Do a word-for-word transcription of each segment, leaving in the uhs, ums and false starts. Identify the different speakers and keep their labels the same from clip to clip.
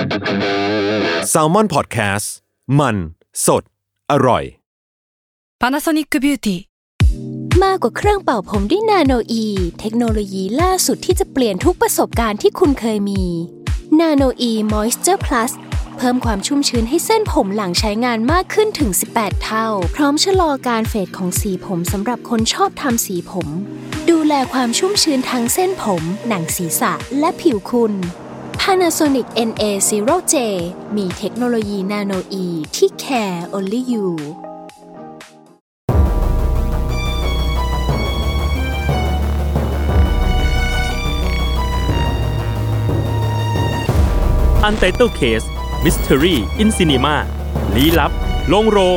Speaker 1: Salmon Podcast มันสดอร่อย
Speaker 2: Panasonic Beauty
Speaker 3: มากกว่าเครื่องเป่าผมด้วยนาโนอีเทคโนโลยีล่าสุดที่จะเปลี่ยนทุกประสบการณ์ที่คุณเคยมีนาโนอีมอยส์เจอร์พลัสเพิ่มความชุ่มชื้นให้เส้นผมหลังใช้งานมากขึ้นถึงสิบแปดเท่าพร้อมชะลอการเฟดของสีผมสำหรับคนชอบทำสีผมดูแลความชุ่มชื้นทั้งเส้นผมหนังศีรษะและผิวคุณ Panasonic เอ็น เอ ศูนย์ เจ มีเทคโนโลยีนาโนอีที่ care only you
Speaker 4: Untitled Case Mystery in Cinema ลี้ลับโรงโรง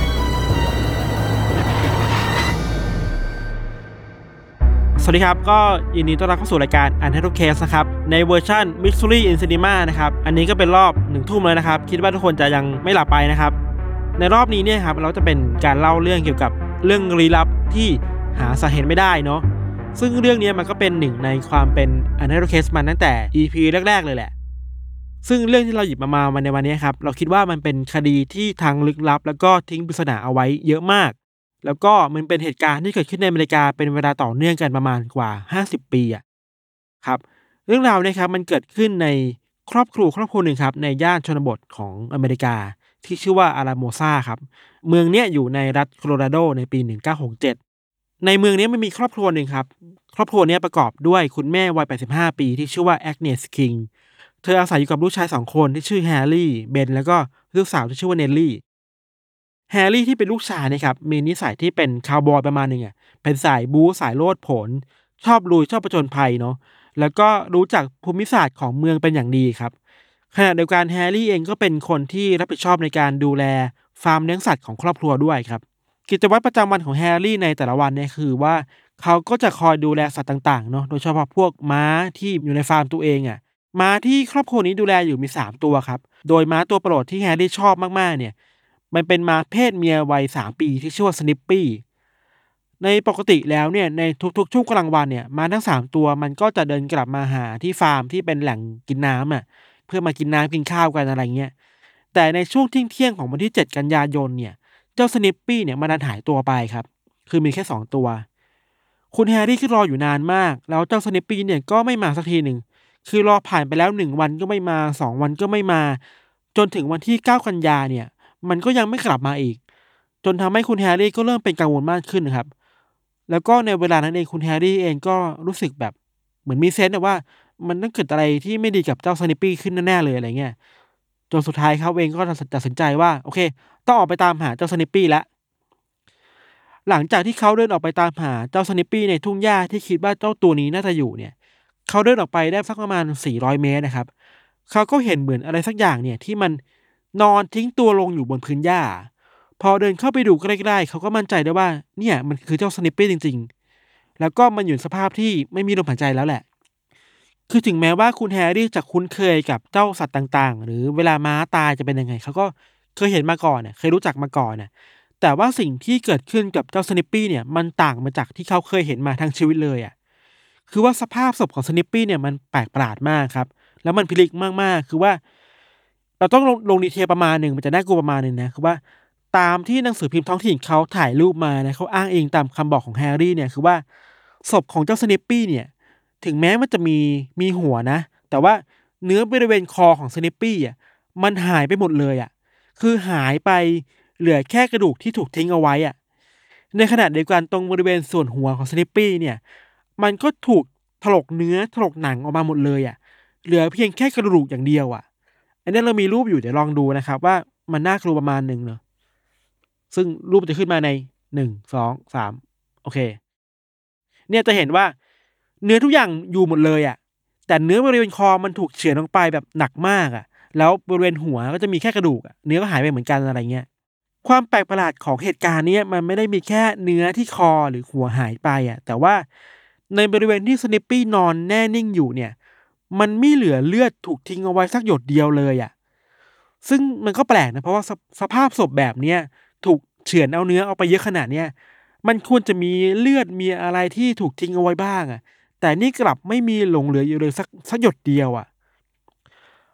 Speaker 4: สวัสดีครับก็ยินดีต้อนรับเข้าสู่รายการ Untitled Case นะครับในเวอร์ชัน Mystery in Cinema นะครับอันนี้ก็เป็นรอบหนึ่งทุ่มแล้วนะครับคิดว่าทุกคนจะยังไม่หลับไปนะครับในรอบนี้เนี่ยครับเราจะเป็นการเล่าเรื่องเกี่ยวกับเรื่องลี้ลับที่หาสาเหตุไม่ได้เนาะซึ่งเรื่องนี้มันก็เป็นหนึ่งในความเป็น Untitled Case มาตั้งแต่ อี พี แรกๆเลยแหละซึ่งเรื่องที่เราหยิบมามาในวันนี้ครับเราคิดว่ามันเป็นคดีที่ทางลึกลับแล้วก็ทิ้งปริศนาเอาไว้เยอะมากแล้วก็มันเป็นเหตุการณ์ที่เกิดขึ้นในอเมริกาเป็นเวลาต่อเนื่องกันประมาณกว่าห้าสิบปีอ่ะครับเรื่องราวนี้ครับมันเกิดขึ้นในครอบครัวครอบครัวหนึ่งครับในย่านชนบทของอเมริกาที่ชื่อว่าอาราโมซาครับเมืองเนี้ยอยู่ในรัฐโคโลราโดในปีหนึ่งเก้าหกเจ็ดในเมืองนี้มันมีครอบครัวนึงครับครอบครัวนี้ประกอบด้วยคุณแม่วัยแปดสิบห้าปีที่ชื่อว่าแอกเนสคิงเธออาศัยอยู่กับลูกชายสองคนที่ชื่อแฮร์รี่เบนแล้วก็ลูกสาวที่ชื่อว่าเนลลี่แฮร์รี่ที่เป็นลูกชายนะครับมีนิสัยที่เป็นคาวบอยประมาณนึงอ่ะเป็นสายบู๊สายโลดโผนชอบลุยชอบผจญภัยเนาะแล้วก็รู้จักภูมิศาสตร์ของเมืองเป็นอย่างดีครับขณะเดียวกันแฮร์รี่เองก็เป็นคนที่รับผิดชอบในการดูแลฟาร์มเลี้ยงสัตว์ของครอบครัวด้วยครับกิจวัตรประจำวันของแฮร์รี่ในแต่ละวันเนี่ยคือว่าเขาก็จะคอยดูแลสัตว์ต่างๆเนาะโดยเฉพาะพวกม้าที่อยู่ในฟาร์มตัวเองอ่ะม้าที่ครอบครัวนี้ดูแลอยู่มีสามตัวครับโดยม้าตัวโปรดที่แฮร์รี่ชอบมากๆเนี่ยมันเป็นม้าเพศเมียวัยสามปีที่ชื่อว่าสนิปปี้ในปกติแล้วเนี่ยในทุกๆช่วงกลางวันเนี่ยม้าทั้งสามตัวมันก็จะเดินกลับมาหาที่ฟาร์มที่เป็นแหล่งกินน้ำอ่ะเพื่อมากินน้ำกินข้าวกันอะไรเงี้ยแต่ในช่วงเที่ยงๆของวันที่เจ็ดกันยายนเนี่ยเจ้าสนิปปี้เนี่ยมันหายตัวไปครับคือมีแค่สองตัวคุณแฮร์รี่ก็รออยู่นานมากแล้วเจ้าสนิปปี้เนี่ยก็ไม่มาสักทีนึงคือรอผ่านไปแล้วหนึ่งวันก็ไม่มาสองวันก็ไม่มาจนถึงวันที่เก้ากันยาเนี่ยมันก็ยังไม่กลับมาอีกจนทำให้คุณแฮร์รี่ก็เริ่มเป็นกังวลมากขึ้นครับแล้วก็ในเวลานั้นเองคุณแฮร์รี่เองก็รู้สึกแบบเหมือนมีเซนส์ว่ามันต้องเกิดอะไรที่ไม่ดีกับเจ้าสนิปปี้ขึ้นแน่ๆเลยอะไรเงี้ยจนสุดท้ายเขาเองก็ตัดสินใจว่าโอเคต้องออกไปตามหาเจ้าสนิปปี้แล้วหลังจากที่เขาเดินออกไปตามหาเจ้าสนิปปี้ในทุ่งหญ้าที่คิดว่าเจ้าตัวนี้น่าจะอยู่เนี่ยเขาเดินออกไปได้สักประมาณสี่ร้อยเมตรนะครับเขาก็เห็นเหมือนอะไรสักอย่างเนี่ยที่มันนอนทิ้งตัวลงอยู่บนพื้นหญ้าพอเดินเข้าไปดูใกล้ๆเขาก็มั่นใจได้ว่าเนี่ยมันคือเจ้าสนิปปี้จริงๆแล้วก็มันอยู่ในสภาพที่ไม่มีลมหายใจแล้วแหละคือถึงแม้ว่าคุณแฮร์รี่จะคุ้นเคยกับเจ้าสัตว์ต่างๆหรือเวลาม้าตายจะเป็นยังไงเขาก็เคยเห็นมาก่อนเนี่ยเคยรู้จักมาก่อนเนี่ยแต่ว่าสิ่งที่เกิดขึ้นกับเจ้าสนิปปี้เนี่ยมันต่างมาจากที่เขาเคยเห็นมาทั้งชีวิตเลยอ่ะคือว่าสภาพศพของสนิปปี้เนี่ยมันแปลกประหลาดมากครับแล้วมันพิลึกมากๆคือว่าเราต้องลงลงดีเทลประมาณนึงมันจะน่ากลัวประมาณนึงนะคือว่าตามที่หนังสือพิมพ์ท้องถิ่นเขาถ่ายรูปมานะเขาอ้างเองตามคำบอกของแฮร์รี่เนี่ยคือว่าศพของเจ้าสนิปปี้เนี่ยถึงแม้มันจะมีมีหัวนะแต่ว่าเนื้อบริเวณคอของสนิปปี้อ่ะมันหายไปหมดเลยอ่ะคือหายไปเหลือแค่กระดูกที่ถูกทิ้งเอาไว้อ่ะในขณะเดียวกันตรงบริเวณส่วนหัวของสนิปปี้เนี่ยมันก็ถูกถลกเนื้อถลกหนังออกมาหมดเลยอ่ะเหลือเพียงแค่กระดูกอย่างเดียวอ่ะอันนี้เรามีรูปอยู่เดี๋ยวลองดูนะครับว่ามันน่ากลัวประมาณนึงเนาะซึ่งรูปจะขึ้นมาในหนึ่ง สอง สามโอเคเนี่ยจะเห็นว่าเนื้อทุกอย่างอยู่หมดเลยอ่ะแต่เนื้อบริเวณคอมันถูกเฉือนลงไปแบบหนักมากอ่ะแล้วบริเวณหัวก็จะมีแค่กระดูกอ่ะเนื้อก็หายไปเหมือนกันอะไรเงี้ยความแปลกประหลาดของเหตุการณ์นี้มันไม่ได้มีแค่เนื้อที่คอหรือหัวหายไปอ่ะแต่ว่าในบริเวณที่สนิปปี้นอนแน่นิ่งอยู่เนี่ยมันไม่เหลือเลือดถูกทิ้งเอาไว้สักหยดเดียวเลยอ่ะซึ่งมันก็แปลกนะเพราะว่าสสภาพศพแบบเนี้ยถูกเฉือนเอาเนื้อเอาไปเยอะขนาดเนี้ยมันควรจะมีเลือดมีอะไรที่ถูกทิ้งเอาไว้บ้างอ่ะแต่นี่กลับไม่มีหลงเหลืออยู่เลยสักสักหยดเดียวอ่ะ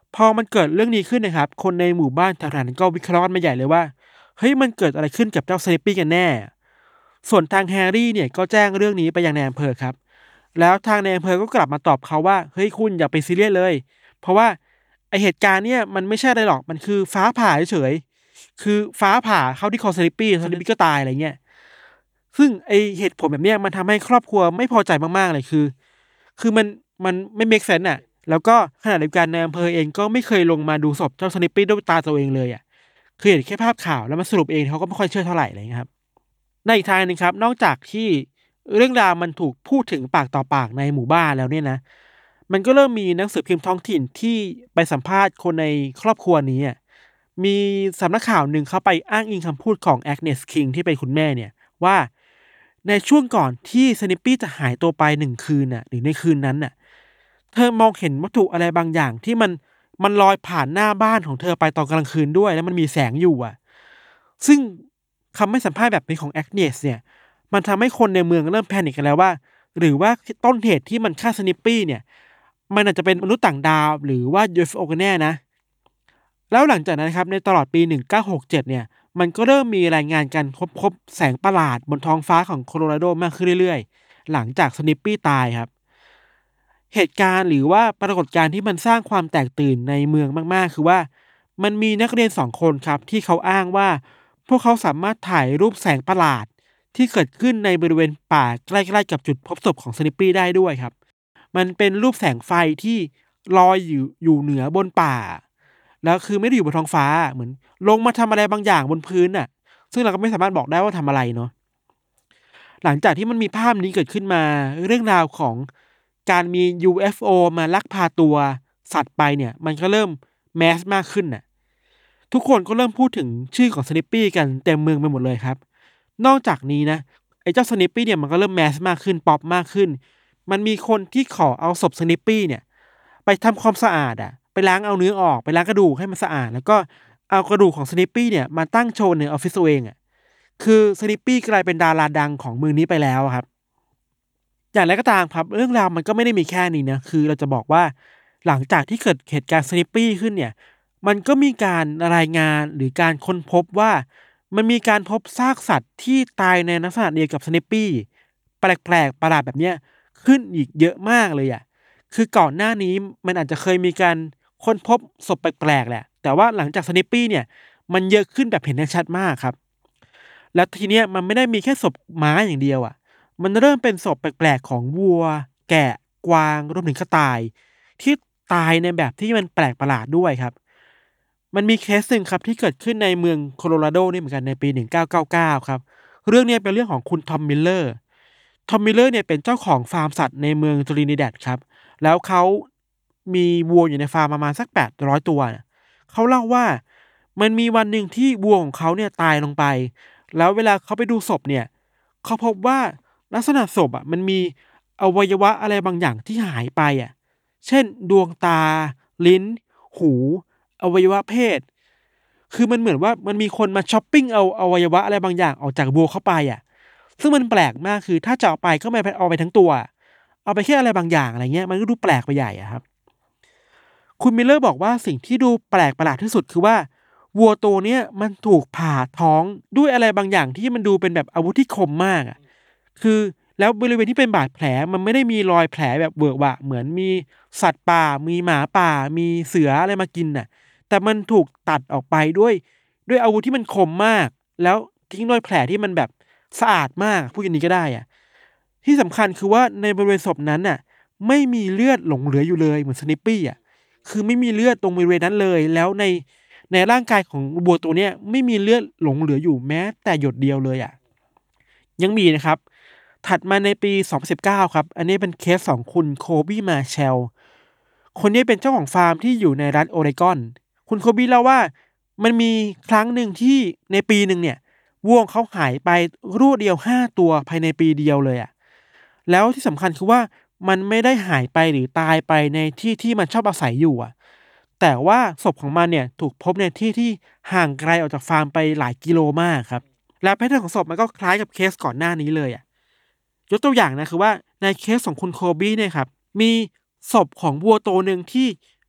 Speaker 4: พอมันเกิดเรื่องนี้ขึ้นนะครับคนในหมู่บ้านแถวนั้นก็วิเคราะห์กันมาใหญ่เลยว่าเฮ้ยมันเกิดอะไรขึ้นกับเจ้าสนิปปี้กันแน่ส่วนทางแฮร์รี่เนี่ยก็แจ้งเรื่องนี้ไปยังนายอำเภอครับแล้วทางนายอำเภอก็กลับมาตอบเขาว่าเฮ้ยคุณอย่าไปซีเรียสเลยเพราะว่าไอเหตุการณ์เนี่ยมันไม่ใช่อะไรหรอกมันคือฟ้าผ่าเฉยๆคือฟ้าผ่าเข้าที่คอสนิปปี้สนิปปี้ก็ตายอะไรเงี้ยซึ่งไอเหตุผลแบบเนี้ยมันทำให้ครอบครัวไม่พอใจมากๆเลยคือคือมันมันไม่เมคเซนส์อ่ะแล้วก็ขณะเดียวกันนายอำเภอเองก็ไม่เคยลงมาดูศพเจ้าสนิปปี้ด้วยตาตัวเองเลยอ่ะคือเห็นแค่ภาพข่าวแล้วมาสรุปเองเขาก็ไม่ค่อยเชื่อเท่าไหร่อะไรเงี้ยครับในอีกทางนึงครับนอกจากที่เรื่องราวมันถูกพูดถึงปากต่อปากในหมู่บ้านแล้วเนี่ยนะมันก็เริ่มมีหนังสือพิมพ์ท้องถิ่นที่ไปสัมภาษณ์คนในครอบครัวนี้อ่ะมีสำนักข่าวหนึ่งเขาไปอ้างอิงคำพูดของแอกเนสคิงที่เป็นคุณแม่เนี่ยว่าในช่วงก่อนที่สนิปปี้จะหายตัวไปหนึ่งคืนน่ะหรือในคืนนั้นน่ะเธอมองเห็นวัตถุอะไรบางอย่างที่มันมันลอยผ่านหน้าบ้านของเธอไปตอนกลางคืนด้วยแล้วมันมีแสงอยู่อ่ะซึ่งคำให้สัมภาษณ์แบบนี้ของแอกเนสเนี่ยมันทำให้คนในเมืองเริ่มแพนิคกันแล้วว่าหรือว่าต้นเหตุที่มันฆ่าสนิปปี้เนี่ยมันอาจจะเป็นมนุษย์ต่างดาวหรือว่า ยู เอฟ โอ กันแน่นะแล้วหลังจากนั้นครับในตลอดปีหนึ่งเก้าหกเจ็ดเนี่ยมันก็เริ่มมีรายงานการพบพบแสงประหลาดบนท้องฟ้าของโคโลราโดมากขึ้นเรื่อยๆหลังจากสนิปปี้ตายครับเหตุการณ์หรือว่าปรากฏการณ์ที่มันสร้างความแตกตื่นในเมืองมากๆคือว่ามันมีนักเรียนสองคนครับที่เขาอ้างว่าพวกเขาสามารถถ่ายรูปแสงประหลาดที่เกิดขึ้นในบริเวณป่าใกล้ๆกับจุดพบศพของสนิปปี้ได้ด้วยครับมันเป็นรูปแสงไฟที่ลอยอยู่อยู่เหนือบนป่าแล้วคือไม่ได้อยู่บนท้องฟ้าเหมือนลงมาทำอะไรบางอย่างบนพื้นน่ะซึ่งเราก็ไม่สามารถบอกได้ว่าทำอะไรเนาะหลังจากที่มันมีภาพนี้เกิดขึ้นมาเรื่องราวของการมี ยู เอฟ โอ มาลักพาตัวสัตว์ไปเนี่ยมันก็เริ่มแมสมากขึ้นน่ะทุกคนก็เริ่มพูดถึงชื่อของสนิปปี้กันเต็มเมืองไปหมดเลยครับนอกจากนี้นะไอ้เจ้าสนิปปี้เนี่ยมันก็เริ่มแมสมากขึ้นป๊อปมากขึ้นมันมีคนที่ขอเอาศพสนิปปี้เนี่ยไปทำความสะอาดอะไปล้างเอาเนื้อออกไปล้างกระดูกให้มันสะอาดแล้วก็เอากระดูกของสนิปปี้เนี่ยมาตั้งโชว์ในออฟฟิศตัวเองอะคือสนิปปี้กลายเป็นดาราดังของเมืองนี้ไปแล้วครับอย่างไรก็ตามครับเรื่องราวมันก็ไม่ได้มีแค่นี้นะคือเราจะบอกว่าหลังจากที่เกิดเหตุการณ์สนิปปี้ขึ้นเนี่ยมันก็มีการรายงานหรือการค้นพบว่ามันมีการพบซากสัตว์ที่ตายในลักษณะเดียวกับสนิปปี้แปลกๆประหลาดแบบเนี้ยขึ้นอีกเยอะมากเลยอะคือก่อนหน้านี้มันอาจจะเคยมีการค้นพบศพแปลกๆแหละแต่ว่าหลังจากสนิปปี้เนี่ยมันเยอะขึ้นแบบเห็นได้ชัดมากครับแล้วทีเนี้ยมันไม่ได้มีแค่ศพม้าอย่างเดียวอะมันเริ่มเป็นศพแปลกๆของวัวแกะกวางรวมถึงกระต่ายที่ตายในแบบที่มันแปลกประหลาดด้วยครับมันมีเคสหนึ่งครับที่เกิดขึ้นในเมืองโคโลราโดนี่เหมือนกันในปีหนึ่งเก้าเก้าเก้าครับเรื่องเนี้ยเป็นเรื่องของคุณทอมมิลเลอร์ทอมมิลเลอร์เนี่ยเป็นเจ้าของฟาร์มสัตว์ในเมืองตรินิแดดครับแล้วเขามีวัวอยู่ในฟาร์มประมาณสักแปดร้อยตัวน่ะเขาเล่าว่ามันมีวันหนึ่งที่วัวของเขาเนี่ยตายลงไปแล้วเวลาเขาไปดูศพเนี่ยเขาพบว่าลักษณะศพอะมันมีอวัยวะอะไรบางอย่างที่หายไปอะเช่นดวงตาลิ้นหูอวัยวะเพศคือมันเหมือนว่ามันมีคนมาช็อปปิงเอาอวัยวะอะไรบางอย่างออกจากวัวเข้าไปอะซึ่งมันแปลกมากคือถ้าจะเอาไปก็ไม่เอาไปทั้งตัวเอาไปแค่อะไรบางอย่างอะไรเงี้ยมันก็ดูแปลกไปใหญ่อะครับคุณมิลเลอร์บอกว่าสิ่งที่ดูแปลกประหลาดที่สุดคือว่าวัวตัวเนี้ยมันถูกผ่าท้องด้วยอะไรบางอย่างที่มันดูเป็นแบบอาวุธที่คมมากอะคือแล้วบริเวณที่เป็นบาดแผลมันไม่ได้มีรอยแผลแบบเวอะหวะเหมือนมีสัตว์ป่ามีหมาป่ามีเสืออะไรมากินน่ะแต่มันถูกตัดออกไปด้วยด้วยอาวุธที่มันคมมากแล้วทิ้งรอยแผลที่มันแบบสะอาดมากพูดอย่างนี้ก็ได้อะที่สำคัญคือว่าในบริเวณศพนั้นน่ะไม่มีเลือดหลงเหลืออยู่เลยเหมือนสนิปปี้อะคือไม่มีเลือดตรงบริเวณนั้นเลยแล้วในในร่างกายของวัวตัวเนี้ยไม่มีเลือดหลงเหลืออยู่แม้แต่หยดเดียวเลยอะยังมีนะครับถัดมาในปีสองพันสิบเก้าครับอันนี้เป็นเคสของคุณโคบี้มาแชลคนนี้เป็นเจ้าของฟาร์มที่อยู่ในรัฐโอเรกอนคุณโคบี้เล่าว่ามันมีครั้งหนึ่งที่ในปีหนึ่งเนี่ยวัวของเขาหายไปรวดเดียวห้าตัวภายในปีเดียวเลยอะแล้วที่สำคัญคือว่ามันไม่ได้หายไปหรือตายไปในที่ที่มันชอบอาศัยอยู่อะแต่ว่าศพของมันเนี่ยถูกพบในที่ที่ห่างไกลออกจากฟาร์มไปหลายกิโลมากครับและแพทเทิร์นของศพมันก็คล้ายกับเคสก่อนหน้านี้เลยอะยกตัวอย่างนะคือว่าในเคสของคุณโคบี้เนี่ยครับมีศพของวัวตัวหนึ่งที่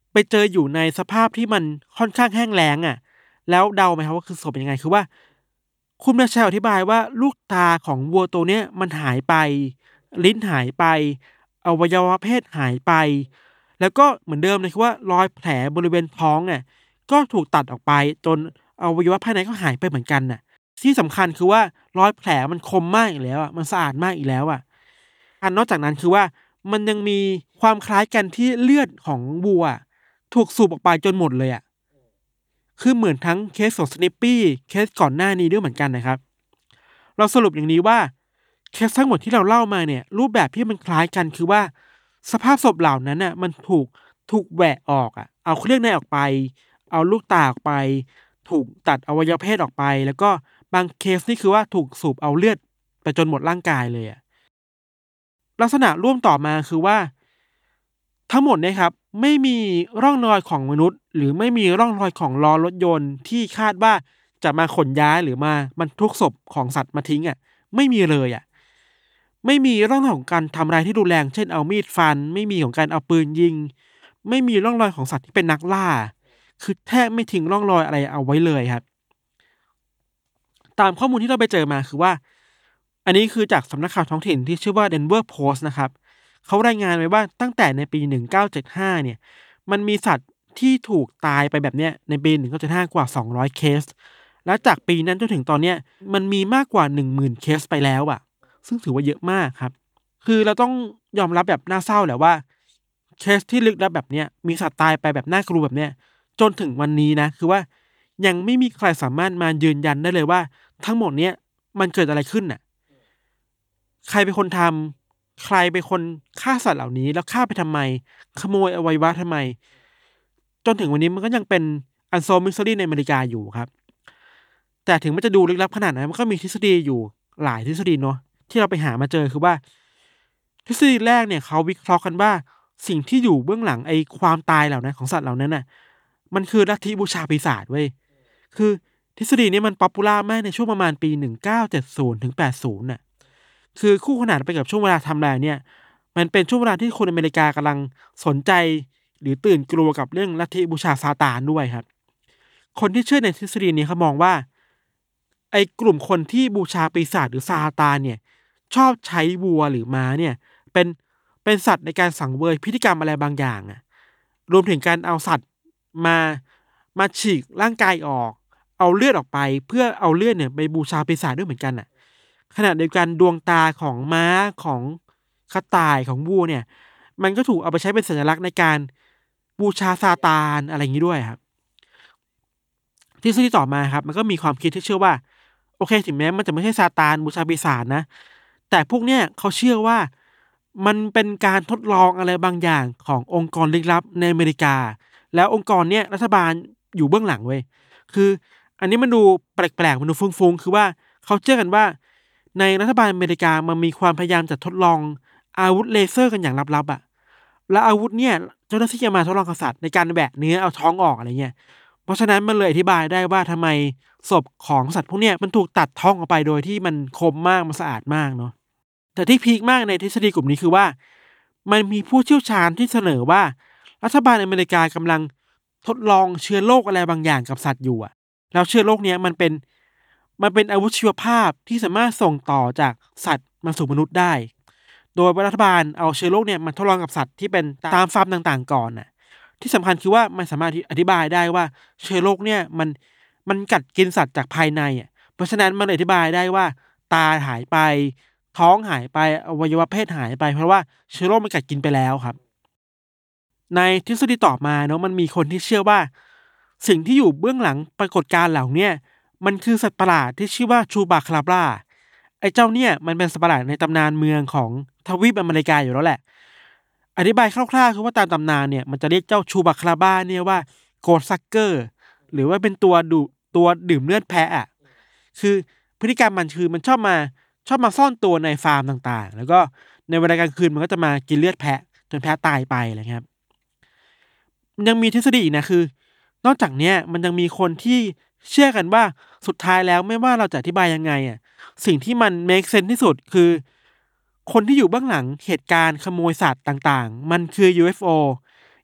Speaker 4: ไปเจออยู่ในสภาพที่มันค่อนข้างแห้งแล้งอ่ะแล้วเดาไหมครับว่าคือศพเป็นยังไงคือว่าคุณมาแชร์อธิบายว่าลูกตาของวัวตัวเนี้ยมันหายไปลิ้นหายไปอวัยวะเพศหายไปแล้วก็เหมือนเดิมเลยคือว่ารอยแผลบริเวณท้องอ่ะก็ถูกตัดออกไปจนอวัยวะภายในก็หายไปเหมือนกันน่ะที่สำคัญคือว่ารอยแผลมันคมมากอีกแล้วอ่ะมันสะอาดมากอีกแล้วอ่ะอันนอกจากนั้นคือว่ามันยังมีความคล้ายกันที่เลือดของวัวถูกสูบออกไปจนหมดเลยอ่ะคือเหมือนทั้งเคสของสนิปปี้เคสก่อนหน้านี้ด้วยเหมือนกันนะครับเราสรุปอย่างนี้ว่าเคสทั้งหมดที่เราเล่ามาเนี่ยรูปแบบที่มันคล้ายกันคือว่าสภาพศพเหล่านั้นน่ะมันถูกถูกแหวะออกอ่ะเอาเครื่องในออกไปเอาลูกตาออกไปถูกตัดอวัยวะเพศออกไปแล้วก็บางเคสนี่คือว่าถูกสูบเอาเลือดไปจนหมดร่างกายเลยอ่ะลักษณะร่วมต่อมาคือว่าทั้งหมดเนี่ยครับไม่มีร่องรอยของมนุษย์หรือไม่มีร่องรอยของล้อรถยนต์ที่คาดว่าจะมาขนย้ายหรือมาบรรทุกศพของสัตว์มาทิ้งอ่ะไม่มีเลยอ่ะไม่มีร่องรอยของการทำร้ายที่รุนแรงเช่นเอามีดฟันไม่มีของการเอาปืนยิงไม่มีร่องรอยของสัตว์ที่เป็นนักล่าคือแทบไม่ทิ้งร่องรอยอะไรเอาไว้เลยครับตามข้อมูลที่เราไปเจอมาคือว่าอันนี้คือจากสำนักข่าวท้องถิ่นที่ชื่อว่า Denver Post นะครับเขารายงานไว้ว่าตั้งแต่ในปีหนึ่งเก้าเจ็ดห้าเนี่ยมันมีสัตว์ที่ถูกตายไปแบบเนี้ยในปีหนึ่งเก้าเจ็ดห้ากว่าสองร้อยเคสแล้วจากปีนั้นจนถึงตอนเนี้ยมันมีมากกว่า หนึ่งหมื่น เคสไปแล้วอะซึ่งถือว่าเยอะมากครับคือเราต้องยอมรับแบบน่าเศร้าแหละว่าเคสที่ลึกลับแบบเนี้ยมีสัตว์ตายไปแบบน่ากลัวแบบเนี้ยจนถึงวันนี้นะคือว่ายังไม่มีใครสามารถมายืนยันได้เลยว่าทั้งหมดเนี้ยมันเกิดอะไรขึ้นน่ะใครเป็นคนทำใครเป็นคนฆ่าสัตว์เหล่านี้แล้วฆ่าไปทำไมขโมยอวัยวะทำไมจนถึงวันนี้มันก็ยังเป็น unsolved mystery ในอเมริกาอยู่ครับแต่ถึงมันจะดูลึกลับขนาดนั้นมันก็มีทฤษฎีอยู่หลายทฤษฎีเนาะที่เราไปหามาเจอคือว่าทฤษฎีแรกเนี่ยเขาวิเคราะห์กันว่าสิ่งที่อยู่เบื้องหลังไอ้ความตายเหล่านั้นของสัตว์เหล่านั้นน่ะมันคือลัทธิบูชาปีศาจเว้ยคือทฤษฎีนี้มันป๊อปปูล่ามากในช่วงประมาณปีหนึ่งเก้าเจ็ดศูนย์ถึงแปดสิบน่ะคือคู่ขนานไปกับช่วงเวลาไทม์ไลน์เนี่ยมันเป็นช่วงเวลาที่คนอเมริกากำลังสนใจหรือตื่นกลัวกับเรื่องลัทธิบูชาซาตานด้วยครับคนที่เชื่อในทฤษฎีนี้เขามองว่าไอ้กลุ่มคนที่บูชาปีศาจหรือซาตานเนี่ยชอบใช้วัวหรือม้าเนี่ยเป็นเป็นสัตว์ในการสังเวยพิธีกรรมอะไรบางอย่างอะรวมถึงการเอาสัตว์มามาฉีกร่างกายออกเอาเลือดออกไปเพื่อเอาเลือดเนี่ยไปบูชาปีศาจด้วยเหมือนกันน่ะขณะเดียวกันดวงตาของม้าของกระต่ายของวัวเนี่ยมันก็ถูกเอาไปใช้เป็นสัญลักษณ์ในการบูชาซาตานอะไรอย่างงี้ด้วยครับทฤษฎีต่อมาครับมันก็มีความคิดที่เชื่อว่าโอเคถึงแม้มันจะไม่ใช่ซาตานบูชาปีศาจนะแต่พวกเนี้ยเขาเชื่อว่ามันเป็นการทดลองอะไรบางอย่างขององค์กรลึกลับในอเมริกาแล้วองค์กรเนี้ยรัฐบาลอยู่เบื้องหลังเว้ยคืออันนี้มันดูแปลกๆมันดูฟุ้งๆคือว่าเขาเชื่อกันว่าในรัฐบาลอเมริกามันมีความพยายามจะทดลองอาวุธเลเซอร์กันอย่างลับๆอะแล้วอาวุธเนี่ยเจ้าหน้าที่จะมาทดลองกับสัตว์ในการแหวะเนื้อเอาท้องออกอะไรเงี้ยเพราะฉะนั้นมันเลยอธิบายได้ว่าทำไมศพของสัตว์พวกเนี้ยมันถูกตัดท้องออกไปโดยที่มันคมมากมันสะอาดมากเนาะแต่ที่พีคมากในทฤษฎีกลุ่มนี้คือว่ามันมีผู้เชี่ยวชาญที่เสนอว่ารัฐบาลอเมริกากำลังทดลองเชื้อโรคอะไรบางอย่างกับสัตว์อยู่อะแล้วเชื้อโรคเนี้ยมันเป็นมันเป็นอาวุธชีวภาพที่สามารถส่งต่อจากสัตว์มาสู่มนุษย์ได้โดยรัฐบาลเอาเชื้อโรคเนี่ยมาทดลองกับสัตว์ที่เป็นตามฟาร์มต่างๆก่อนน่ะที่สำคัญคือว่ามันสามารถอธิบายได้ว่าเชื้อโรคเนี่ยมันมันกัดกินสัตว์จากภายในอ่ะเพราะฉะนั้นมันอธิบายได้ว่าตาหายไปท้องหายไปอวัยวะเพศหายไปเพราะว่าเชื้อโรคมันกัดกินไปแล้วครับในทฤษฎีต่อมาเนาะมันมีคนที่เชื่อว่าสิ่งที่อยู่เบื้องหลังปรากฏการณ์เหล่าเนี้ยมันคือสัตว์ประหลาดที่ชื่อว่าชูบาคาราบราไอ้เจ้าเนี่ยมันเป็นสัตว์ประหลาดในตำนานเมืองของทวีปอเมริกาอยู่แล้วแหละอธิบายคร่าวๆคือว่าตามตำนานเนี่ยมันจะเรียกเจ้าชูบาคาราบราเนี่ยว่าโกดซักเกอร์หรือว่าเป็นตัวดูตัวดื่มเลือดแพะอ่ะคือพฤติกรรมมันคือมันชอบมาชอบมาซ่อนตัวในฟาร์มต่างๆแล้วก็ในเวลากลางคืนมันก็จะมากินเลือดแพะจนแพะตายไปอะไรเงี้ยครับยังมีทฤษฎีอีกนะคือนอกจากเนี้ยมันยังมีคนที่เชื่อกันว่าสุดท้ายแล้วไม่ว่าเราจะอธิบายยังไงอ่ะสิ่งที่มัน make sense ที่สุดคือคนที่อยู่เบื้องหลังเหตุการณ์ขโมยสัตว์ต่างๆมันคือ ยู เอฟ โอ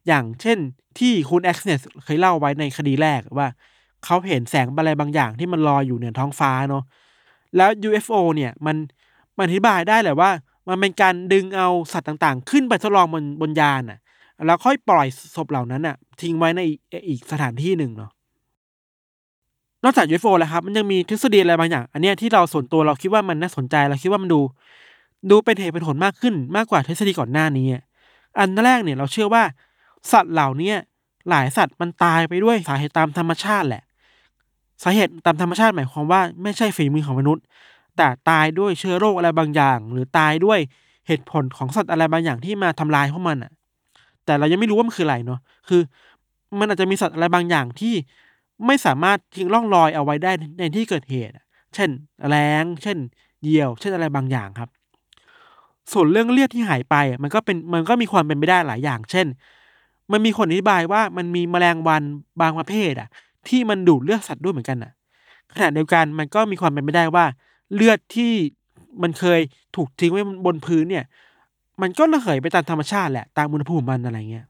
Speaker 4: อย่างเช่นที่คุณแอ็กซ์เนี่ยเคยเล่าไว้ในคดีแรกว่าเขาเห็นแสงอะไรบางอย่างที่มันลอยอยู่เหนือท้องฟ้าเนาะแล้ว ยู เอฟ โอ เนี่ยมันมันอธิบายได้แหละว่ามันเป็นการดึงเอาสัตว์ต่างๆขึ้นไปทดลองบนบนยานน่ะแล้วค่อยปล่อยศพเหล่านั้นน่ะทิ้งไว้ในอีกสถานที่หนึ่งเนาะนอกจาก ยู เอฟ โอ แล้วครับมันยังมีทฤษฎีอะไรบางอย่างอันเนี้ยที่เราส่วนตัวเราคิดว่ามันน่าสนใจเราคิดว่ามันดูดูเป็นเหตุเป็นผลมากขึ้นมากกว่าทฤษฎีก่อนหน้านี้อันแรกเนี่ยเราเชื่อว่าสัตว์เหล่านี้หลายสัตว์มันตายไปด้วยสาเหตุตามธรรมชาติแหละสาเหตุตามธรรมชาติหมายความว่าไม่ใช่ฝีมือของมนุษย์แต่ตายด้วยเชื้อโรคอะไรบางอย่างหรือตายด้วยเหตุผลของสัตว์อะไรบางอย่างที่มาทำลายพวกมันอ่ะแต่เรายังไม่รู้ว่ามันคืออะไรเนาะคือมันอาจจะมีสัตว์อะไรบางอย่างที่ไม่สามารถทิ้งร่องรอยเอาไว้ได้ในที่เกิดเหตุเช่นแร้งเช่นเหยี่ยวเช่นอะไรบางอย่างครับส่วนเรื่องเลือดที่หายไปมันก็เป็นมันก็มีความเป็นไปได้หลายอย่างเช่นมันมีคนอธิบายว่ามันมีแมลงวันบางประเภทอ่ะที่มันดูดเลือดสัตว์ด้วยเหมือนกันน่ะขณะเดียวกันมันก็มีความเป็นไปได้ว่าเลือดที่มันเคยถูกทิ้งไว้บนพื้นเนี่ยมันก็ระเหยไปตามธรรมชาติแหละตามอุณหภูมิมันอะไรเงี้ย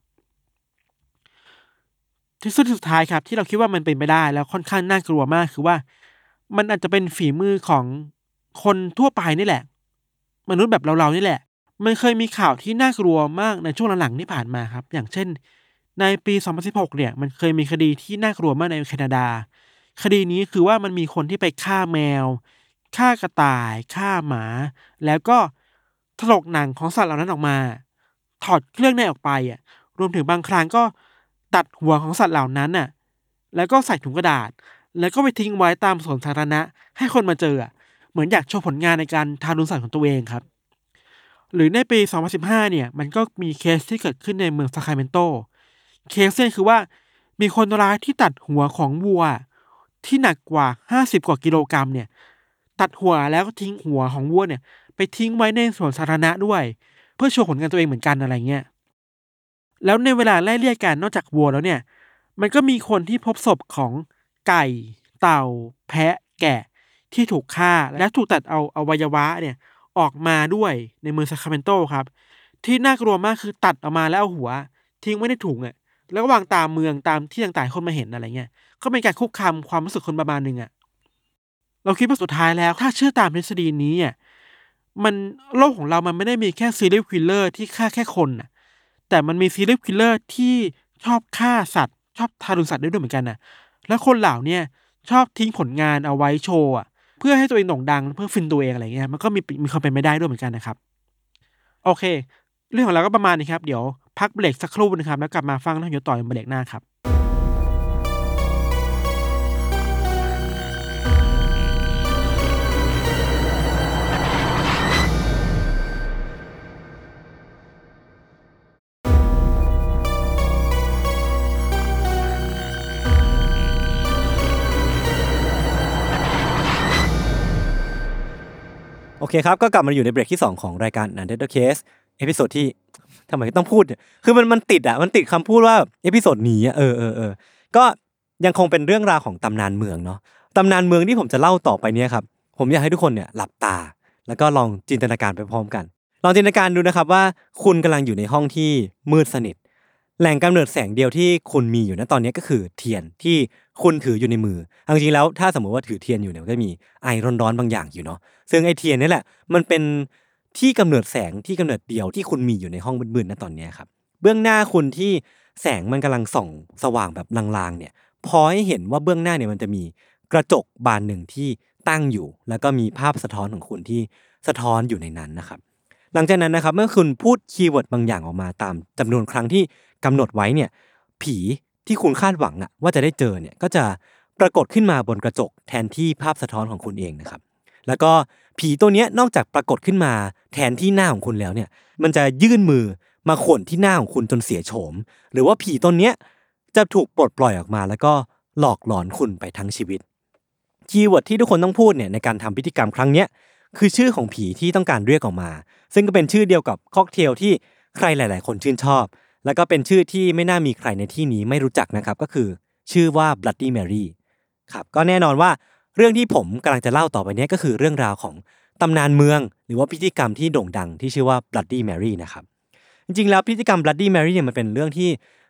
Speaker 4: ที่สุดสุดท้ายครับที่เราคิดว่ามันเป็นไปได้แล้วค่อนข้างน่ากลัวมากคือว่ามันอาจจะเป็นฝีมือของคนทั่วไปนี่แหละมนุษย์แบบเราๆนี่แหละมันเคยมีข่าวที่น่ากลัวมากในช่วงหลังๆที่ผ่านมาครับอย่างเช่นในปีสองพันสิบหกเนี่ยมันเคยมีคดีที่น่ากลัวมากในแคนาดาคดีนี้คือว่ามันมีคนที่ไปฆ่าแมวฆ่ากระต่ายฆ่าหมาแล้วก็ถลกหนังของสัตว์เหล่านั้นออกมาถอดเครื่องในออกไปอ่ะรวมถึงบางครั้งก็ตัดหัวของสัตว์เหล่านั้นน่ะแล้วก็ใส่ถุงกระดาษแล้วก็ไปทิ้งไว้ตามสวนสาธารณะให้คนมาเจออ่ะเหมือนอยากโชว์ผลงานในการทารุณสัตว์ของตัวเองครับหรือในปีสองพันสิบห้าเนี่ยมันก็มีเคสที่เกิดขึ้นในเมืองซาคราเมนโตเคสเนี่ยคือว่ามีคนร้ายที่ตัดหัวของวัวที่หนักกว่าห้าสิบกว่ากิโลกรัมเนี่ยตัดหัวแล้วก็ทิ้งหัวของวัวเนี่ยไปทิ้งไว้ในสวนสาธารณะด้วยเพื่อโชว์ผลงานตัวเองเหมือนกันอะไรเงี้ยแล้วในเวลาไล่เลี่ยกันนอกจากวัวแล้วเนี่ยมันก็มีคนที่พบศพของไก่เต่าแพะแกะที่ถูกฆ่าและถูกตัดเอาอวัยวะเนี่ยออกมาด้วยในเมืองซาคราเมนโตครับที่น่ากลัวมากคือตัดออกมาแล้วเอาหัวทิ้งไว้ในถุงอ่ะแล้วก็วางตามเมืองตามที่ต่างๆคนมาเห็นอะไรเงี้ยก็เป็นการคุกคามความรู้สึกคนประมาณนึงอ่ะเราคิดว่าสุดท้ายแล้วถ้าเชื่อตามทฤษฎีนี้อ่ะมันโลกของเรามันไม่ได้มีแค่ซีเรียลคิลเลอร์ที่ฆ่าแค่คนน่ะแต่มันมีซีเรียลคิลเลอร์ที่ชอบฆ่าสัตว์ชอบทารุณสัตว์ด้วยเหมือนกันน่ะแล้วคนเหล่านี้ชอบทิ้งผลงานเอาไว้โชว์อ่ะเพื่อให้ตัวเองโด่งดังเพื่อฟินตัวเองอะไรเงี้ยมันก็มีมีความเป็นไปได้ด้วยเหมือนกันนะครับโอเคเรื่องของเราก็ประมาณนี้ครับเดี๋ยวพักเบรกสักครู่นะครับแล้วกลับมาฟังเรื่องต่อในเบรกหน้าครับ
Speaker 5: โอเคครับก็กลับมาอยู่ในเบรกที่สองของรายการ Untitled Case เอพิโซดที่ทำไมต้องพูดเนี่ยคือมันมันติดอ่ะมันติดคำพูดว่าเอพิโซดนี้อ่ะเออเออเออก็ยังคงเป็นเรื่องราวของตำนานเมืองเนาะตำนานเมืองที่ผมจะเล่าต่อไปเนี้ยครับผมอยากให้ทุกคนเนี่ยหลับตาแล้วก็ลองจินตนาการไปพร้อมกันลองจินตนาการดูนะครับว่าคุณกำลังอยู่ในห้องที่มืดสนิทแหล่งกำเนิดแสงเดียวที่คุณมีอยู่ณตอนนี้ก็คือเทียนที่คุณถืออยู่ในมือจริงๆแล้วถ้าสมมติว่าถือเทียนอยู่เนี่ยก็มีไอร้อนๆบางอย่างอยู่เนาะซึ่งไอเทียนนี่แหละมันเป็นที่กำเนิดแสงที่กำเนิดเดียวที่คุณมีอยู่ในห้องมืดๆณตอนนี้ครับเบื้องหน้าคุณที่แสงมันกำลังส่องสว่างแบบลางๆเนี่ยพอให้เห็นว่าเบื้องหน้าเนี่ยมันจะมีกระจกบานหนึ่งที่ตั้งอยู่แล้วก็มีภาพสะท้อนของคุณที่สะท้อนอยู่ในนั้นนะครับหลังจากนั้นนะครับเมื่อคุณพูดคีย์เวิร์ดบางอย่างออกมาตามจำนวนครั้งที่กำหนดไว้เนี่ยผีที่คุณคาดหวังอะว่าจะได้เจอเนี่ยก็จะปรากฏขึ้นมาบนกระจกแทนที่ภาพสะท้อนของคุณเองนะครับแล้วก็ผีตัวนี้นอกจากปรากฏขึ้นมาแทนที่หน้าของคุณแล้วเนี่ยมันจะยื่นมือมาข่วนที่หน้าของคุณจนเสียโฉมหรือว่าผีตัวเนี้ยจะถูกปลดปล่อยออกมาแล้วก็หลอกหลอนคุณไปทั้งชีวิตคีย์เวิร์ดที่ทุกคนต้องพูดเนี่ยในการทำพิธีกรรมครั้งเนี้ยคือชื่อของผีที่ต้องการเรียกออกมาซึ่งก็เป็นชื่อเดียวกับค็อกเทลที่ใครหลายๆคนชื่นชอบแล้วก็เป็นชื่อที่ไม่น่ามีใครในที่นี้ไม่รู้จักนะครับก็คือชื่อว่า Bloody Mary ครับก็แน่นอนว่าเรื่องที่ผมกำลังจะเล่าต่อไปนี้ก็คือเรื่องราวของตำนานเมืองหรือว่าพิธีกรรมที่โด่งดังที่ชื่อว่า Bloody Mary นะครับจริงๆแล้วพิธีกรรม Bloody Mary เนี่ยมันเป็นเรื่องที่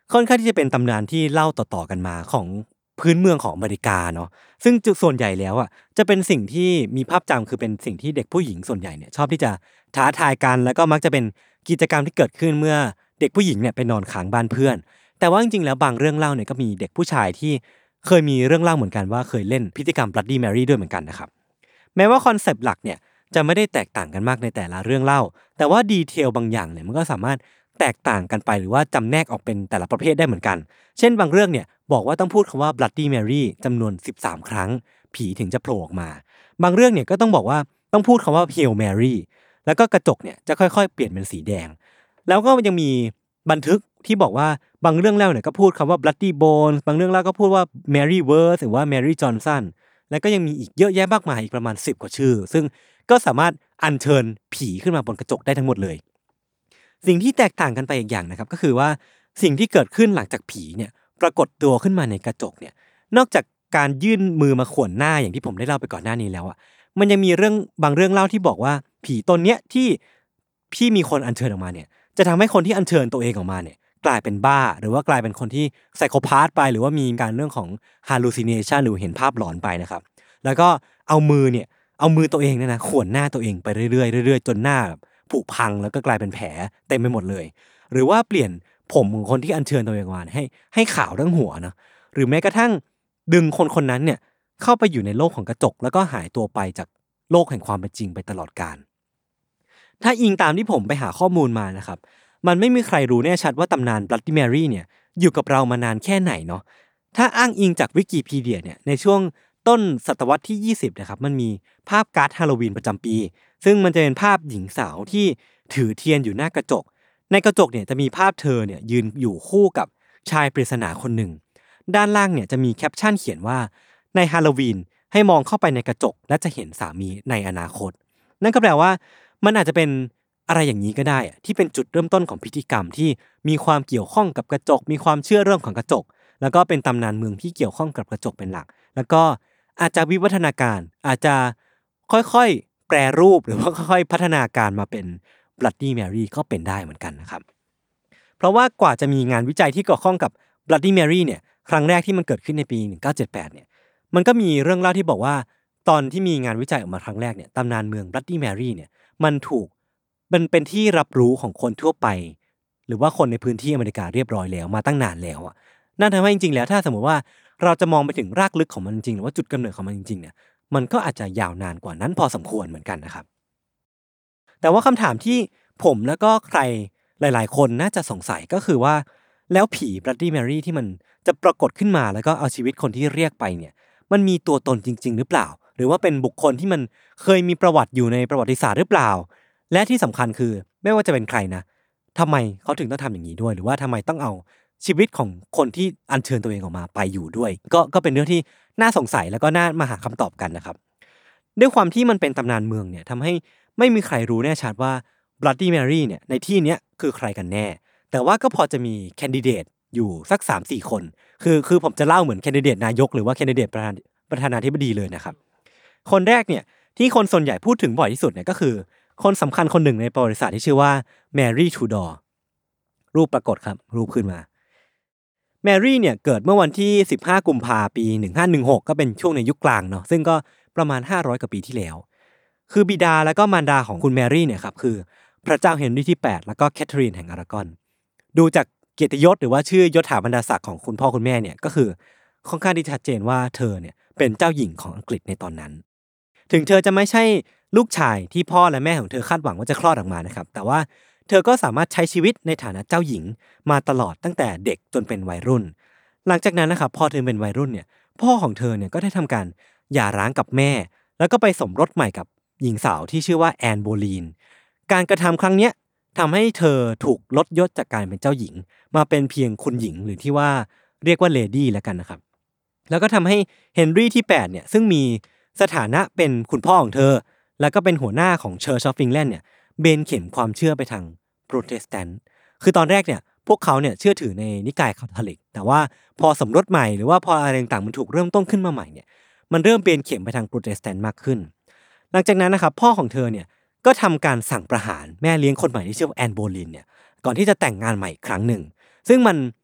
Speaker 5: ค่อนข้างที่จะเป็นตำนานที่เล่าต่อๆกันมาของพื้นเมืองของอเมริกาเนาะซึ่งส่วนใหญ่แล้วอ่ะจะเป็นสิ่งที่มีภาพจำคือเป็นสิ่งที่เด็กผู้หญิงส่วนใหญ่เนี่ยชอบที่จะท้าทายกันแล้วก็มักจะเป็นกิจกรรมที่เกิดขึ้นเมื่อเด็กผู้หญิงเนี่ยไปนอนค้างบ้านเพื่อนแต่ว่าจริงๆแล้วบางเรื่องเล่าเนี่ยก็มีเด็กผู้ชายที่เคยมีเรื่องเล่าเหมือนกันว่าเคยเล่นพิธีกรรม Bloody Mary ด้วยเหมือนกันนะครับแม้ว่าคอนเซปต์หลักเนี่ยจะไม่ได้แตกต่างกันมากในแต่ละเรื่องเล่าแต่ว่าดีเทลบางอย่างเนี่ยมันก็สามารถแตกต่างกันไปหรือว่าจำแนกออกเป็นแต่ละประเภทได้เหมือนกันเช่นบางเรื่องเนี่ยบอกว่าต้องพูดคำว่า Bloody Mary จำนวนสิบสามครั้งผีถึงจะโผล่ออกมาบางเรื่องเนี่ยก็ต้องบอกว่าต้องพูดคำว่า Hail Mary แล้วก็กระจกเนี่ยจะค่อยๆเปลี่ยนเป็นสีแดงแล้วก็ยังมีบันทึกที่บอกว่าบางเรื่องเล่าเนี่ยก็พูดคำว่า Bloody Bones บางเรื่องเล่าก็พูดว่า Mary Worth หรือว่า Mary Johnson แล้วก็ยังมีอีกเยอะแยะมากมายอีกประมาณสิบกว่าชื่อซึ่งก็สามารถอัญเชิญผีขึ้นมาบนกระจกได้ทั้งหมดเลยสิ่งที่แตกต่างกันไปอีกอย่างนะครับก็คือว่าสิ่งที่เกิดขึ้นหลังจากผีเนี่ยปรากฏตัวขึ้นมาในกระจกเนี่ยนอกจากการยื่นมือมาข่วนหน้าอย่างที่ผมได้เล่าไปก่อนหน้านี้แล้วอ่ะมันยังมีเรื่องบางเรื่องเล่าที่บอกว่าผีตนเนี้ยที่พี่มีคนอัญเชิญออกมาเนี่ยจะทำให้คนที่อัญเชิญตัวเองออกมาเนี่ยกลายเป็นบ้าหรือว่ากลายเป็นคนที่ไซโคพาธไปหรือว่ามีการเรื่องของ hallucination หรือเห็นภาพหลอนไปนะครับแล้วก็เอามือเนี่ยเอามือตัวเองเนี่ยนะข่วนหน้าตัวเองไปเรื่อยๆเรื่อยๆจนหน้าแบบผุพังแล้วก็กลายเป็นแผลเต็มไปหมดเลยหรือว่าเปลี่ยนผมของคนที่อัญเชิญตัวเองมาให้ให้ขาวทั้งหัวนะหรือแม้กระทั่งดึงคนคนนั้นเนี่ยเข้าไปอยู่ในโลกของกระจกแล้วก็หายตัวไปจากโลกแห่งความเป็นจริงไปตลอดกาลถ้าอิงตามที่ผมไปหาข้อมูลมานะครับมันไม่มีใครรู้แน่ชัดว่าตำนาน Bloody Mary เนี่ยอยู่กับเรามานานแค่ไหนเนาะถ้าอ้างอิงจากวิกิพีเดียเนี่ยในช่วงต้นศตวรรษที่ยี่สิบนะครับมันมีภาพการ์ดฮาโลวีนประจำปีซึ่งมันจะเป็นภาพหญิงสาวที่ถือเทียนอยู่หน้ากระจกในกระจกเนี่ยจะมีภาพเธอเนี่ยยืนอยู่คู่กับชายปริศนาคนหนึ่งด้านล่างเนี่ยจะมีแคปชั่นเขียนว่าในฮาโลวีนให้มองเข้าไปในกระจกและจะเห็นสามีในอนาคตนั่นก็แปลว่ามันอาจจะเป็นอะไรอย่างนี้ก็ได้อะที่เป็นจุดเริ่มต้นของพิธีกรรมที่มีความเกี่ยวข้องกับกระจกมีความเชื่อเรื่องของกระจกแล้วก็เป็นตำนานเมืองที่เกี่ยวข้องกับกระจกเป็นหลักแล้วก็อาจจะวิวัฒนาการอาจจะค่อยๆแปรรูปหรือว่าค่อยๆพัฒนาการมาเป็น Bloody Mary ก็เป็นได้เหมือนกันนะครับเพราะว่ากว่าจะมีงานวิจัยที่เกี่ยวข้องกับ Bloody Mary เนี่ยครั้งแรกที่มันเกิดขึ้นในปีหนึ่งเก้าเจ็ดแปดเนี่ยมันก็มีเรื่องเล่าที่บอกว่าตอนที่มีงานวิจัยออกมาครั้งแรกเนี่ยตำนานเมือง Bloody Mary เนี่ยมันถูกมันเป็นที่รับรู้ของคนทั่วไปหรือว่าคนในพื้นที่อเมริกาเรียบร้อยแล้วมาตั้งนานแล้วอ่ะนั่นทำให้จริงๆแล้วถ้าสมมติว่าเราจะมองไปถึงรากลึกของมันจริงๆหรือว่าจุดกำเนิดของมันจริงๆเนี่ยมันก็อาจจะยาวนานกว่านั้นพอสมควรเหมือนกันนะครับแต่ว่าคำถามที่ผมแล้วก็ใครหลายๆคนน่าจะสงสัยก็คือว่าแล้วผี Bloody Mary ที่มันจะปรากฏขึ้นมาแล้วก็เอาชีวิตคนที่เรียกไปเนี่ยมันมีตัวตนจริงๆหรือเปล่าหรือว่าเป็นบุคคลที่มันเคยมีประวัติอยู่ในประวัติศาสตร์หรือเปล่าและที่สำคัญคือไม่ว่าจะเป็นใครนะทำไมเขาถึงต้องทำอย่างนี้ด้วยหรือว่าทำไมต้องเอาชีวิตของคนที่อัญเชิญตัวเองออกมาไปอยู่ด้วยก็ก็เป็นเรื่องที่น่าสงสัยแล้วก็น่ามาหาคำตอบกันนะครับด้วยความที่มันเป็นตำนานเมืองเนี่ยทำให้ไม่มีใครรู้แน่ชัดว่า Bloody Mary เนี่ยในที่เนี้ยคือใครกันแน่แต่ว่าก็พอจะมีแคนดิเดตอยู่สัก สามถึงสี่ คนคือคือผมจะเล่าเหมือนแคนดิเดตนายกหรือว่าแคนดิเดตประธานประธานาธิบดีเลยนะครับคนแรกเนี่ยที่คนส่วนใหญ่พูดถึงบ่อยที่สุดเนี่ยก็คือคนสำคัญคนหนึ่งในประวัติศาสตร์ที่ชื่อว่าแมรี่ทูดอร์รูปปรากฏครับรูปขึ้นมาแมรี่เนี่ยเกิดเมื่อวันที่สิบห้ากุมภาพันธ์ปีหนึ่งพันห้าร้อยสิบหกก็เป็นช่วงในยุคกลางเนาะซึ่งก็ประมาณห้าร้อยกว่าปีที่แล้วคือบิดาแล้วก็มารดาของคุณแมรี่เนี่ยครับคือพระเจ้าเฮนรี่ที่แปดแล้วก็แคทเธอรีนแห่งอารากอนดูจากเกียรติยศหรือว่าชื่อยศถาบรรดาศักดิ์ของคุณพ่อคุณแม่เนี่ยก็คือค่อนข้างที่ชัดเจนว่าเธอเนี่ยเป็นเจ้าหญิงของอังกฤษในตอนนั้นถึงเธอจะไม่ใช่ลูกชายที่พ่อและแม่ของเธอคาดหวังว่าจะคลอดออกมานะครับแต่ว่าเธอก็สามารถใช้ชีวิตในฐานะเจ้าหญิงมาตลอดตั้งแต่เด็กจนเป็นวัยรุ่นหลังจากนั้นนะครับพอเธอเป็นวัยรุ่นเนี่ยพ่อของเธอเนี่ยก็ได้ทำการหย่าร้างกับแม่แล้วก็ไปสมรสใหม่กับหญิงสาวที่ชื่อว่าแอนโบลีนการกระทำครั้งนี้ทำให้เธอถูกลดยศจากการเป็นเจ้าหญิงมาเป็นเพียงคุณหญิงหรือที่ว่าเรียกว่าเลดี้แล้วกันนะครับแล้วก็ทำให้เฮนรี่ที่แปดเนี่ยซึ่งมีสถานะเป็นคุณพ่อของเธอแล้วก็เป็นหัวหน้าของ Church of England เนี่ยเบนเข็มความเชื่อไปทางโปรเตสแตนต์คือตอนแรกเนี่ยพวกเขาเนี่ยเชื่อถือในนิกายคาทอลิกแต่ว่าพอสมรสใหม่หรือว่าพออะไรต่างๆมันถูกเริ่มต้นขึ้นมาใหม่เนี่ยมันเริ่มเบนเข็มไปทางโปรเตสแตนต์มากขึ้นหลังจากนั้นนะครับพ่อของเธอเนี่ยก็ทำการสั่งประหารแม่เลี้ยงคนใหม่ที่ชื่อว่าแอนโบลินเนี่ยก่อนที่จะแต่งงานใหม่อีกครั้งหนึ่งซึ่งมัน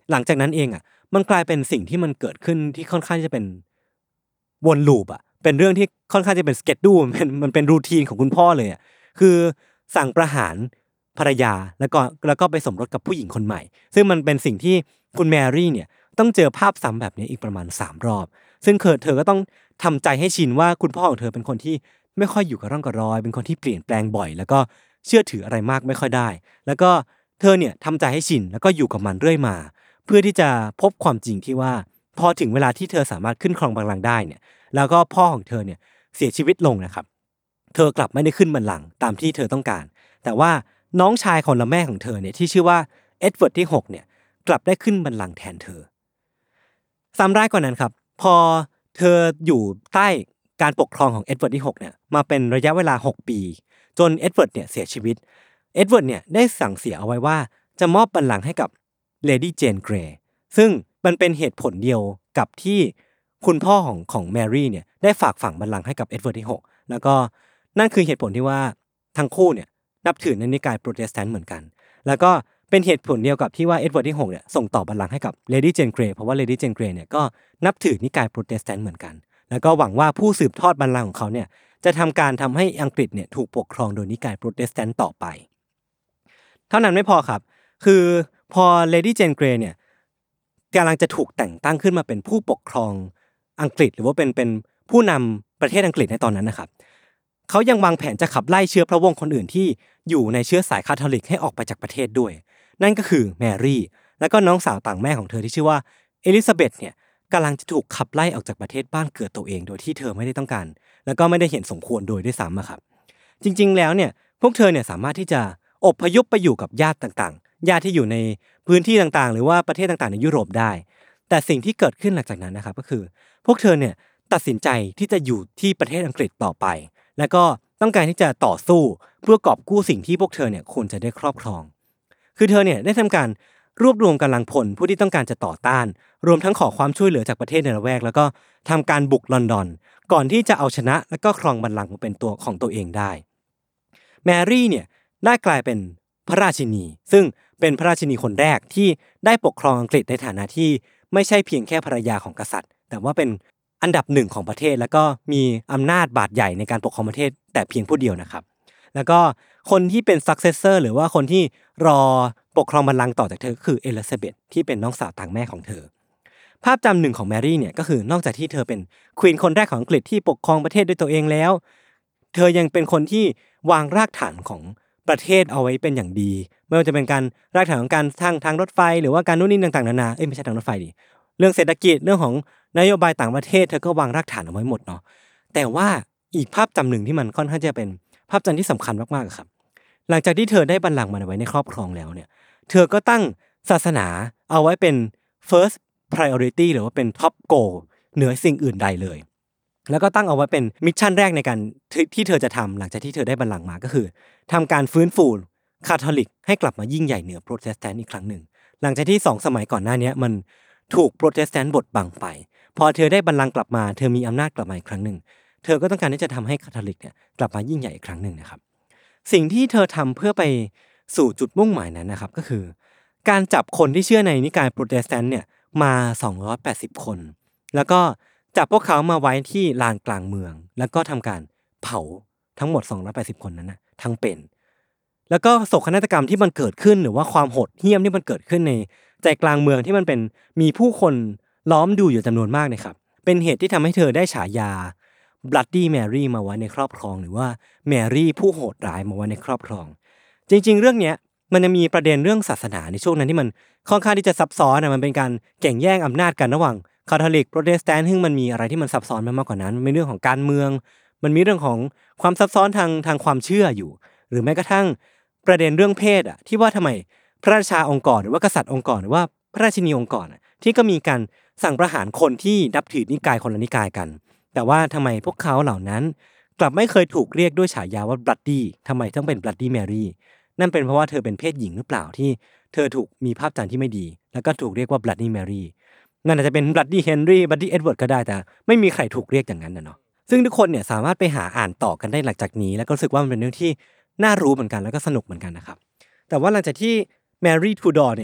Speaker 5: หลังจากนั้นเองอ่ะมันกลายเป็นสิ่งที่มันเกิดขึ้นที่ค่อนข้างจะเป็นวนลูปอ่ะเป็นเรื่องที่ค่อนข้างจะเป็นสเกจดูมันเป็นมันเป็นรูทีนของคุณพ่อเลยอ่ะคือสั่งประหารภรรยาแล้วก็แล้วก็ไปสมรสกับผู้หญิงคนใหม่ซึ่งมันเป็นสิ่งที่คุณแมรี่เนี่ยต้องเจอภาพซ้ำแบบนี้อีกประมาณสามรอบซึ่งเธอก็ต้องทำใจให้ชินว่าคุณพ่อของเธอเป็นคนที่ไม่ค่อยอยู่กับร่องกับรอยเป็นคนที่เปลี่ยนแปลงบ่อยแล้วก็เชื่อถืออะไรมากไม่ค่อยได้แล้วก็เธอเนี่ยทำใจให้ชินแล้วก็อยู่กับมันเรื่อยมาเพื่อที่จะพบความจริงที่ว่าพอถึงเวลาที่เธอสามารถขึ้นครองบัลลังก์ได้เนี่ยแล้วก็พ่อของเธอเนี่ยเสียชีวิตลงนะครับเธอกลับไม่ได้ขึ้นบัลลังก์ตามที่เธอต้องการแต่ว่าน้องชายคนละแม่ของเธอเนี่ยที่ชื่อว่าเอ็ดเวิร์ดที่หกเนี่ยกลับได้ขึ้นบัลลังก์แทนเธอซ้ำร้ายกว่านั้นครับพอเธออยู่ใต้การปกครองของเอ็ดเวิร์ดที่หกเนี่ยมาเป็นระยะเวลาหกปีจนเอ็ดเวิร์ดเนี่ยเสียชีวิตเอ็ดเวิร์ดเนี่ยได้สั่งเสียเอาไว้ว่าจะมอบบัลลังก์ให้กับเลดี้เจนเกรย์ซึ่งมันเป็นเหตุผลเดียวกับที่คุณพ่อของของแมรี่เนี่ยได้ฝากฝังบัลลังก์ให้กับเอ็ดเวิร์ดที่หกแล้วก็นั่นคือเหตุผลที่ว่าทั้งคู่เนี่ยนับถือในนิกายโปรเตสแตนต์เหมือนกันแล้วก็เป็นเหตุผลเดียวกับที่ว่าเอ็ดเวิร์ดที่หกเนี่ยส่งต่อบัลลังก์ให้กับเลดี้เจนเกรย์เพราะว่าเลดี้เจนเกรย์เนี่ยก็นับถือนิกายโปรเตสแตนต์เหมือนกันแล้วก็หวังว่าผู้สืบทอดบัลลังก์ของเขาเนี่ยจะทำการทำให้อังกฤษเนี่ยถูกปกครองโดยนิกายโปรเตสแตนต์ต่อไปเท่านั้นไม่พอครับคือพอเลดี้เจนเกรย์เนี่ยกำลังจะถูกแต่งตั้งขึ้นมาเป็นผู้ปกครองอังกฤษหรือว่าเป็นเป็นผู้นำประเทศอังกฤษในตอนนั้นนะครับเขายังวางแผนจะขับไล่เชื้อพระวงศ์คนอื่นที่อยู่ในเชื้อสายคาทอลิกให้ออกไปจากประเทศด้วยนั่นก็คือแมรี่แล้วก็น้องสาวต่างแม่ของเธอที่ชื่อว่าเอลิซาเบธเนี่ยกำลังจะถูกขับไล่ออกจากประเทศบ้านเกิดตัวเองโดยที่เธอไม่ได้ต้องการแล้วก็ไม่ได้เห็นสมควรโดยด้วยซ้ำอะครับจริงๆแล้วเนี่ยพวกเธอเนี่ยสามารถที่จะอพยพไปอยู่กับญาติต่างๆญาติที่อยู่ในพื้นที่ต่างๆหรือว่าประเทศต่างๆในยุโรปได้แต่สิ่งที่เกิดขึ้นหลังจากนั้นนะครับก็คือพวกเธอเนี่ยตัดสินใจที่จะอยู่ที่ประเทศอังกฤษต่อไปแล้วก็ต้องการที่จะต่อสู้เพื่อกอบกู้สิ่งที่พวกเธอเนี่ยควรจะได้ครอบครองคือเธอเนี่ยได้ทำการรวบรวมกำลังพลผู้ที่ต้องการจะต่อต้านรวมทั้งขอความช่วยเหลือจากประเทศในละแวกแล้วก็ทำการบุกลอนดอนก่อนที่จะเอาชนะแล้วก็ครองบัลลังก์เป็นตัวของตัวเองได้แมรี่เนี่ยได้กลายเป็นพระราชินีซึ่งเป็นพระราชินีคนแรกที่ได้ปกครองอังกฤษในฐานะที่ไม่ใช่เพียงแค่ภรรยาของกษัตริย์แต่ว่าเป็นอันดับหนึ่งของประเทศแล้วก็มีอำนาจบาดใหญ่ในการปกครองประเทศแต่เพียงผู้เดียวนะครับแล้วก็คนที่เป็น successor หรือว่าคนที่รอปกครองบัลลังก์ต่อจากเธอคือเอลิซาเบธที่เป็นน้องสาวต่างแม่ของเธอภาพจำหนึ่งของแมรี่เนี่ยก็คือนอกจากที่เธอเป็นควีนคนแรกของอังกฤษที่ปกครองประเทศด้วยตัวเองแล้วเธอยังเป็นคนที่วางรากฐานของประเทศเอาไว้เป็นอย่างดีไม่ว่าจะเป็นการรากฐานของการทางทางรถไฟหรือว่าการนู่นนี่ต่างๆนานาเอ้ยไม่ใช่ทางรถไฟดิเรื่องเศรษฐกิจเรื่องของนโยบายต่างประเทศเธอก็วางรากฐานเอาไว้หมดเนาะแต่ว่าอีกภาพจำหนึ่งที่มันค่อนข้างจะเป็นภาพจำที่สำคัญมากๆครับหลังจากที่เธอได้บัลลังก์มาไว้ในครอบครองแล้วเนี่ยเธอก็ตั้งศาสนาเอาไว้เป็น first priority หรือว่าเป็น top goal เหนือสิ่งอื่นใดเลยแล้วก็ตั้งเอาไว้เป็นมิชชั่นแรกในการที่เธอจะทำหลังจากที่เธอได้บัลลังก์มาก็คือทำการฟื้นฟูคาทอลิกให้กลับมายิ่งใหญ่เหนือโปรเตสแตนต์อีกครั้งหนึ่งหลังจากที่สองสมัยก่อนหน้านี้มันถูกโปรเตสแตนต์บดบังไปพอเธอได้บัลลังก์กลับมาเธอมีอำนาจกลับมาอีกครั้งหนึ่งเธอก็ต้องการที่จะทำให้คาทอลิกเนี่ยกลับมายิ่งใหญ่อีกครั้งหนึ่งนะครับสิ่งที่เธอทำเพื่อไปสู่จุดมุ่งหมายนั้นนะครับก็คือการจับคนที่เชื่อในนิกายโปรเตสแตนต์เนี่ยมาสองร้อยแปดสิบคนแล้วก็จับพวกเขามาไว้ที่ลานกลางเมืองแล้วก็ทำการเผาทั้งหมดสองร้อยแปดสิบคนนั้นนะทั้งเป็นแล้วก็โศกนาฏกรรมที่มันเกิดขึ้นหรือว่าความโหดเหี้ยมที่มันเกิดขึ้นในใจกลางเมืองที่มันเป็นมีผู้คนล้อมดูอยู่จำนวนมากนะครับเป็นเหตุที่ทำให้เธอได้ฉายา Bloody Mary มาไว้ในครอบครองหรือว่าแมรี่ผู้โหดร้ายมาไว้ในครอบครองจริงๆเรื่องเนี้ยมันจะมีประเด็นเรื่องศาสนาในช่วงนั้นที่มันค่อนข้างที่จะซับซ้อนนะมันเป็นการแข่งแย่งอำนาจกันระหว่างคาทอลิกโปรเตสแตนต์ซึ่งมันมีอะไรที่มันซับซ้อนมากกว่านั้นมันมีเรื่องของการเมืองมันมีเรื่องของความซับซ้อนทางทางความเชื่ออยู่หรือแม้กระทั่งประเด็นเรื่องเพศอ่ะที่ว่าทำไมพระราชาองค์กรหรือว่ากษัตริย์องค์กรหรือว่าพระราชินีองค์กรที่ก็มีการสั่งประหารคนที่นับถือนิกายคนละนิกายกันแต่ว่าทำไมพวกเขาเหล่านั้นกลับไม่เคยถูกเรียกด้วยฉายาว่า Bloody ทำไมต้องเป็น Bloody Mary นั่นเป็นเพราะว่าเธอเป็นเพศหญิงหรือเปล่าที่เธอถูกมีภาพจำที่ไม่ดีแล้วก็ถูกเรียกว่า Bloody Mary นั่นอาจจะเป็น Bloody Henry Bloody Edward ก็ได้แต่ไม่มีใครถูกเรียกอย่างนั้นนะเนาะซึ่งทุกคนเนี่ยสามารถไปหาอ่านต่อกันได้หลังจากนี้แล้วก็รู้สึกว่ามันเป็นเรื่องที่น่ารู้เหมือนกันแล้วก็สนุกเหมือนกันนะครับแต่ว่าหลังจากที่ Mary Tudor เนี่ย